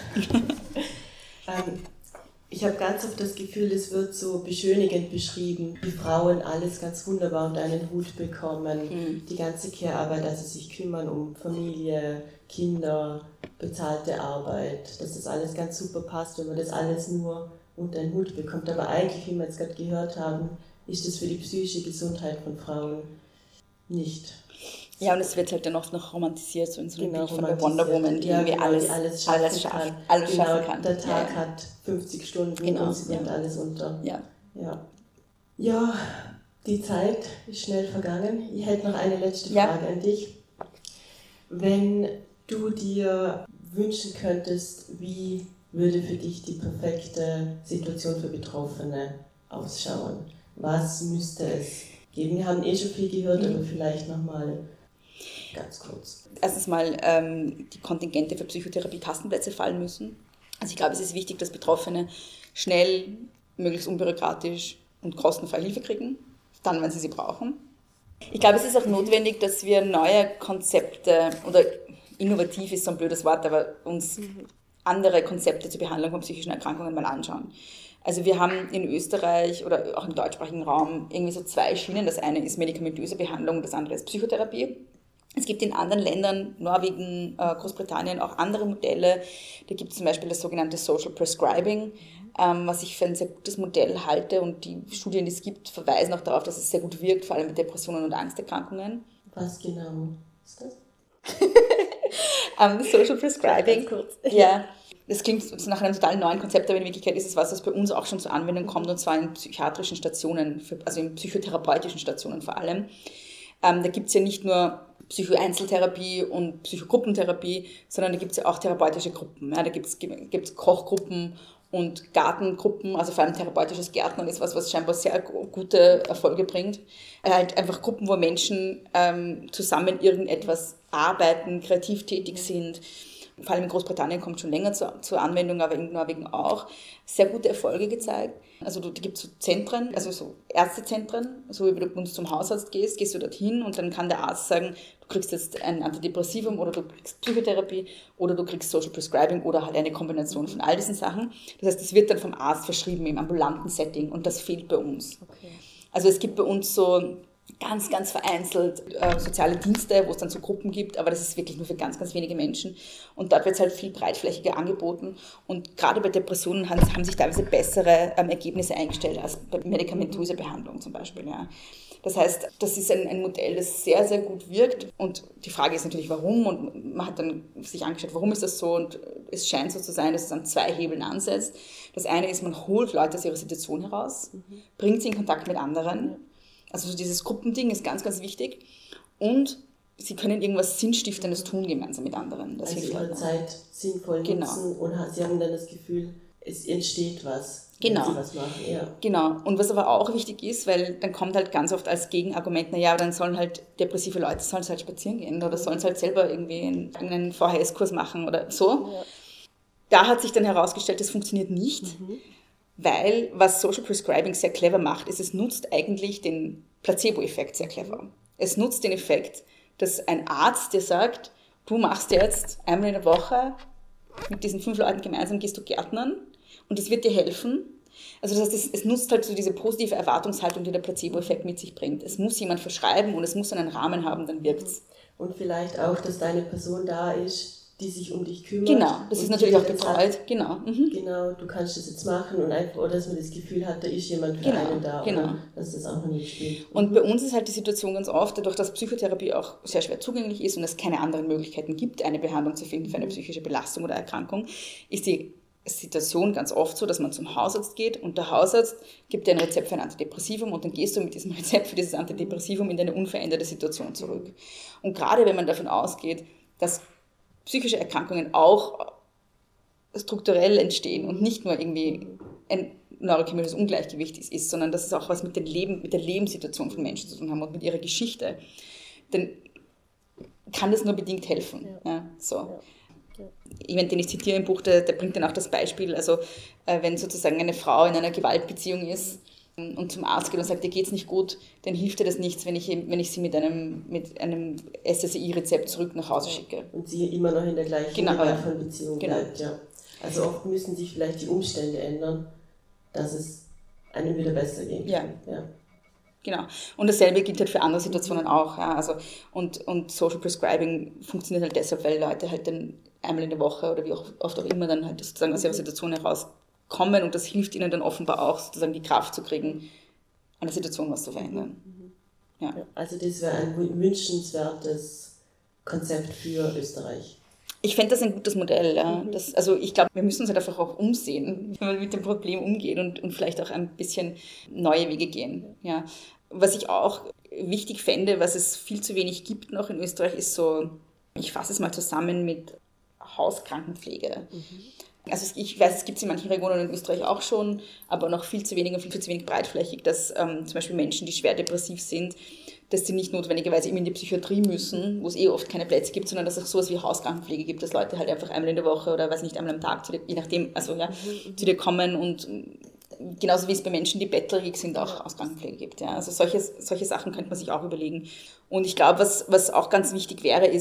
Ich habe ganz oft das Gefühl, es wird so beschönigend beschrieben, wie Frauen alles ganz wunderbar unter einen Hut bekommen, die ganze Care-Arbeit, dass sie sich kümmern um Familie, Kinder, bezahlte Arbeit, dass das alles ganz super passt, wenn man das alles nur unter einen Hut bekommt. Aber eigentlich, wie wir jetzt gerade gehört haben, ist das für die psychische Gesundheit von Frauen nicht. Ja, und es wird halt dann oft noch romantisiert, so in so einem Bild von der Wonder Woman, die irgendwie alles schaffen kann. Der Tag hat 50 Stunden und sie bringt alles unter. Ja, die Zeit ist schnell vergangen. Ich hätte noch eine letzte Frage an dich. Wenn du dir wünschen könntest, wie würde für dich die perfekte Situation für Betroffene ausschauen? Was müsste es geben? Wir haben schon viel gehört, aber vielleicht nochmal ganz kurz. Erstens mal die Kontingente für Psychotherapie-Kassenplätze fallen müssen. Also ich glaube, es ist wichtig, dass Betroffene schnell, möglichst unbürokratisch und kostenfrei Hilfe kriegen, dann, wenn sie brauchen. Ich glaube, es ist auch notwendig, dass wir neue Konzepte oder innovativ ist so ein blödes Wort, aber uns andere Konzepte zur Behandlung von psychischen Erkrankungen mal anschauen. Also wir haben in Österreich oder auch im deutschsprachigen Raum irgendwie so 2 Schienen. Das eine ist medikamentöse Behandlung, das andere ist Psychotherapie. Es gibt in anderen Ländern, Norwegen, Großbritannien, auch andere Modelle. Da gibt es zum Beispiel das sogenannte Social Prescribing, was ich für ein sehr gutes Modell halte. Und die Studien, die es gibt, verweisen auch darauf, dass es sehr gut wirkt, vor allem mit Depressionen und Angsterkrankungen. Was genau ist das? Social Prescribing. Ganz kurz. Ja. Das klingt so nach einem total neuen Konzept, aber in Wirklichkeit ist es was, das bei uns auch schon zur Anwendung kommt, und zwar in psychiatrischen Stationen, also in psychotherapeutischen Stationen vor allem. Da gibt es ja nicht nur Psychoeinzeltherapie und Psychogruppentherapie, sondern da gibt es ja auch therapeutische Gruppen. Ja, da gibt es Kochgruppen und Gartengruppen, also vor allem therapeutisches Gärtnern ist was scheinbar sehr gute Erfolge bringt. Halt einfach Gruppen, wo Menschen zusammen irgendetwas arbeiten, kreativ tätig sind. Vor allem in Großbritannien kommt schon länger zur Anwendung, aber in Norwegen auch, sehr gute Erfolge gezeigt. Also da gibt es so Zentren, also so Ärztezentren, so wie du bei uns zum Hausarzt gehst du dorthin und dann kann der Arzt sagen, du kriegst jetzt ein Antidepressivum oder du kriegst Psychotherapie oder du kriegst Social Prescribing oder halt eine Kombination von all diesen Sachen. Das heißt, das wird dann vom Arzt verschrieben im ambulanten Setting und das fehlt bei uns. Okay. Also es gibt bei uns so ganz, ganz vereinzelt soziale Dienste, wo es dann so Gruppen gibt, aber das ist wirklich nur für ganz, ganz wenige Menschen. Und dort wird es halt viel breitflächiger angeboten. Und gerade bei Depressionen haben sich teilweise bessere Ergebnisse eingestellt als bei medikamentöser Behandlung zum Beispiel. Ja. Das heißt, das ist ein Modell, das sehr, sehr gut wirkt. Und die Frage ist natürlich, warum? Und man hat dann sich angeschaut, warum ist das so? Und es scheint so zu sein, dass es an 2 Hebeln ansetzt. Das eine ist, man holt Leute aus ihrer Situation heraus, bringt sie in Kontakt mit anderen. Also dieses Gruppending ist ganz, ganz wichtig. Und sie können irgendwas Sinnstiftendes tun gemeinsam mit anderen. Das also ihre Zeit sinnvoll nutzen und sie haben dann das Gefühl, es entsteht was, wenn sie was machen. Ja. Genau. Und was aber auch wichtig ist, weil dann kommt halt ganz oft als Gegenargument, naja, dann sollen halt depressive Leute halt spazieren gehen oder sollen halt selber irgendwie einen VHS-Kurs machen oder so. Ja. Da hat sich dann herausgestellt, das funktioniert nicht. Weil, was Social Prescribing sehr clever macht, ist, es nutzt eigentlich den Placebo-Effekt sehr clever. Es nutzt den Effekt, dass ein Arzt dir sagt, du machst jetzt einmal in der Woche mit diesen 5 Leuten gemeinsam, gehst du Gärtnern und das wird dir helfen. Also das heißt, es nutzt halt so diese positive Erwartungshaltung, die der Placebo-Effekt mit sich bringt. Es muss jemand verschreiben und es muss einen Rahmen haben, dann wirkt's. Und vielleicht auch, dass deine Person da ist, die sich um dich kümmert. Genau, das ist natürlich auch bezahlt. Genau. Genau, du kannst das jetzt machen und einfach, oder dass man das Gefühl hat, da ist jemand für einen da, oder dass das auch noch nicht spielt. Und bei uns ist halt die Situation ganz oft, dadurch, dass Psychotherapie auch sehr schwer zugänglich ist und es keine anderen Möglichkeiten gibt, eine Behandlung zu finden für eine psychische Belastung oder Erkrankung, ist die Situation ganz oft so, dass man zum Hausarzt geht und der Hausarzt gibt dir ein Rezept für ein Antidepressivum und dann gehst du mit diesem Rezept für dieses Antidepressivum in deine unveränderte Situation zurück. Und gerade wenn man davon ausgeht, dass psychische Erkrankungen auch strukturell entstehen und nicht nur irgendwie ein neurochemisches Ungleichgewicht ist, sondern dass es auch was mit der Lebenssituation von Menschen zu tun haben und mit ihrer Geschichte, dann kann das nur bedingt helfen. Ja, so. Jemand, den ich zitiere im Buch, der bringt dann auch das Beispiel, also wenn sozusagen eine Frau in einer Gewaltbeziehung ist und zum Arzt geht und sagt, dir geht's nicht gut, dann hilft dir das nichts, wenn ich sie mit einem SSRI-Rezept zurück nach Hause schicke. Und sie immer noch in der gleichen Art von Beziehung bleibt. Ja. Also oft müssen sich vielleicht die Umstände ändern, dass es einem wieder besser gehen kann. Ja. Genau. Und dasselbe gilt halt für andere Situationen auch. Ja. Also, und Social Prescribing funktioniert halt deshalb, weil Leute halt dann einmal in der Woche oder wie auch oft auch immer dann halt sozusagen aus ihrer Situation herauskommen und das hilft ihnen dann offenbar auch, sozusagen die Kraft zu kriegen, an der Situation was zu verändern. Ja. Also das wäre ein wünschenswertes Konzept für Österreich. Ich fände das ein gutes Modell. Ja. Also ich glaube, wir müssen uns halt einfach auch umsehen, wenn man mit dem Problem umgeht und vielleicht auch ein bisschen neue Wege gehen. Ja. Was ich auch wichtig fände, was es viel zu wenig gibt noch in Österreich, ist so, ich fasse es mal zusammen mit Hauskrankenpflege. Also ich weiß, es gibt es in manchen Regionen in Österreich auch schon, aber noch viel zu wenig breitflächig, dass zum Beispiel Menschen, die schwer depressiv sind, dass sie nicht notwendigerweise immer in die Psychiatrie müssen, wo es oft keine Plätze gibt, sondern dass es auch sowas wie Hauskrankenpflege gibt, dass Leute halt einfach einmal in der Woche oder weiß nicht, einmal am Tag, je nachdem, also ja, zu dir kommen und genauso wie es bei Menschen, die bettlägerig sind, auch Hauskrankenpflege gibt. Ja. Also solche Sachen könnte man sich auch überlegen. Und ich glaube, was auch ganz wichtig wäre, ist,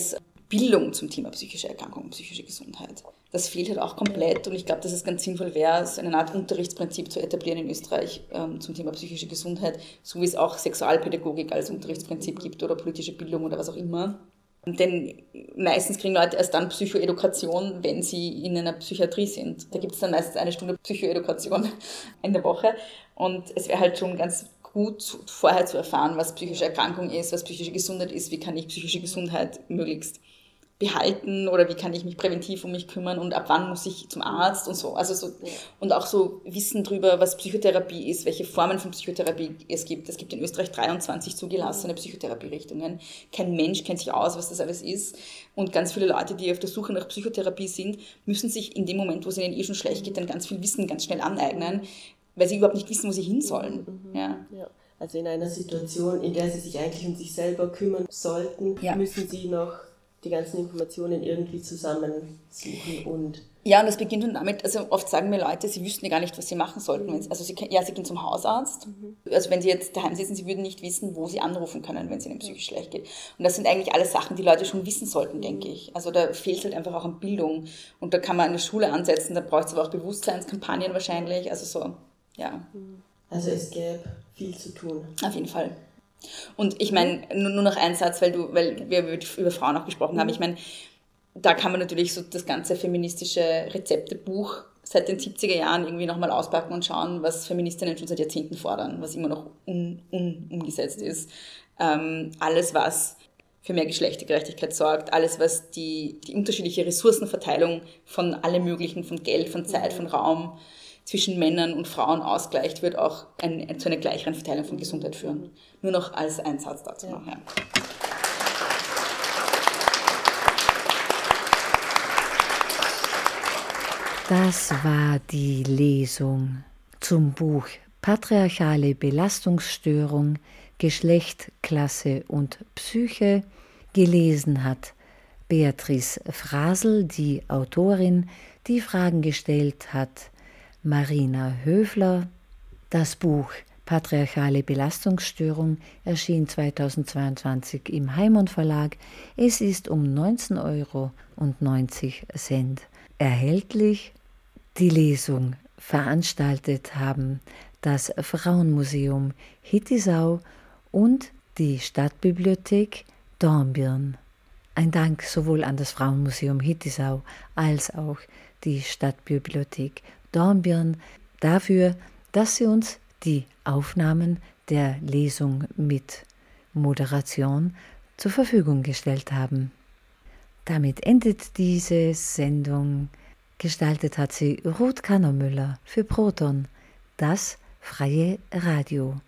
Bildung zum Thema psychische Erkrankung und psychische Gesundheit. Das fehlt halt auch komplett und ich glaube, dass es ganz sinnvoll wäre, so eine Art Unterrichtsprinzip zu etablieren in Österreich zum Thema psychische Gesundheit, so wie es auch Sexualpädagogik als Unterrichtsprinzip gibt oder politische Bildung oder was auch immer. Denn meistens kriegen Leute erst dann Psychoedukation, wenn sie in einer Psychiatrie sind. Da gibt es dann meistens eine Stunde Psychoedukation in der Woche und es wäre halt schon ganz gut vorher zu erfahren, was psychische Erkrankung ist, was psychische Gesundheit ist, wie kann ich psychische Gesundheit möglichst behalten oder wie kann ich mich präventiv um mich kümmern und ab wann muss ich zum Arzt und so. Und auch so Wissen darüber, was Psychotherapie ist, welche Formen von Psychotherapie es gibt. Es gibt in Österreich 23 zugelassene Psychotherapierichtungen. Kein Mensch kennt sich aus, was das alles ist. Und ganz viele Leute, die auf der Suche nach Psychotherapie sind, müssen sich in dem Moment, wo es ihnen schon schlecht geht, dann ganz viel Wissen ganz schnell aneignen, weil sie überhaupt nicht wissen, wo sie hin sollen. Ja. Also in einer Situation, in der sie sich eigentlich um sich selber kümmern sollten, müssen sie noch die ganzen Informationen irgendwie zusammensuchen und... Ja, und das beginnt dann damit, also oft sagen mir Leute, sie wüssten ja gar nicht, was sie machen sollten. Sie gehen zum Hausarzt. Also wenn sie jetzt daheim sitzen, sie würden nicht wissen, wo sie anrufen können, wenn es ihnen psychisch schlecht geht. Und das sind eigentlich alles Sachen, die Leute schon wissen sollten, denke ich. Also da fehlt halt einfach auch an Bildung. Und da kann man eine Schule ansetzen, da braucht es aber auch Bewusstseinskampagnen wahrscheinlich. Also so, ja. Also es gäbe viel zu tun. Auf jeden Fall. Und ich meine, nur noch ein Satz, weil wir über Frauen auch gesprochen haben. Ich meine, da kann man natürlich so das ganze feministische Rezeptebuch seit den 70er Jahren irgendwie nochmal auspacken und schauen, was Feministinnen schon seit Jahrzehnten fordern, was immer noch umgesetzt ist. Alles, was für mehr Geschlechtergerechtigkeit sorgt, alles, was die unterschiedliche Ressourcenverteilung von allem Möglichen, von Geld, von Zeit, von Raum zwischen Männern und Frauen ausgleicht, wird auch zu einer gleicheren Verteilung von Gesundheit führen. Nur noch als ein Satz dazu noch. Ja. Das war die Lesung zum Buch Patriarchale Belastungsstörung, Geschlecht, Klasse und Psyche. Gelesen hat Beatrice Frasel, die Autorin, die Fragen gestellt hat Marina Höfler. Das Buch Patriarchale Belastungsstörung erschien 2022 im Heimon Verlag. Es ist um 19,90 € erhältlich. Die Lesung veranstaltet haben das Frauenmuseum Hittisau und die Stadtbibliothek Dornbirn. Ein Dank sowohl an das Frauenmuseum Hittisau als auch die Stadtbibliothek Dornbirn dafür, dass sie uns die Aufnahmen der Lesung mit Moderation zur Verfügung gestellt haben. Damit endet diese Sendung. Gestaltet hat sie Ruth Kannermüller für Proton, das freie Radio.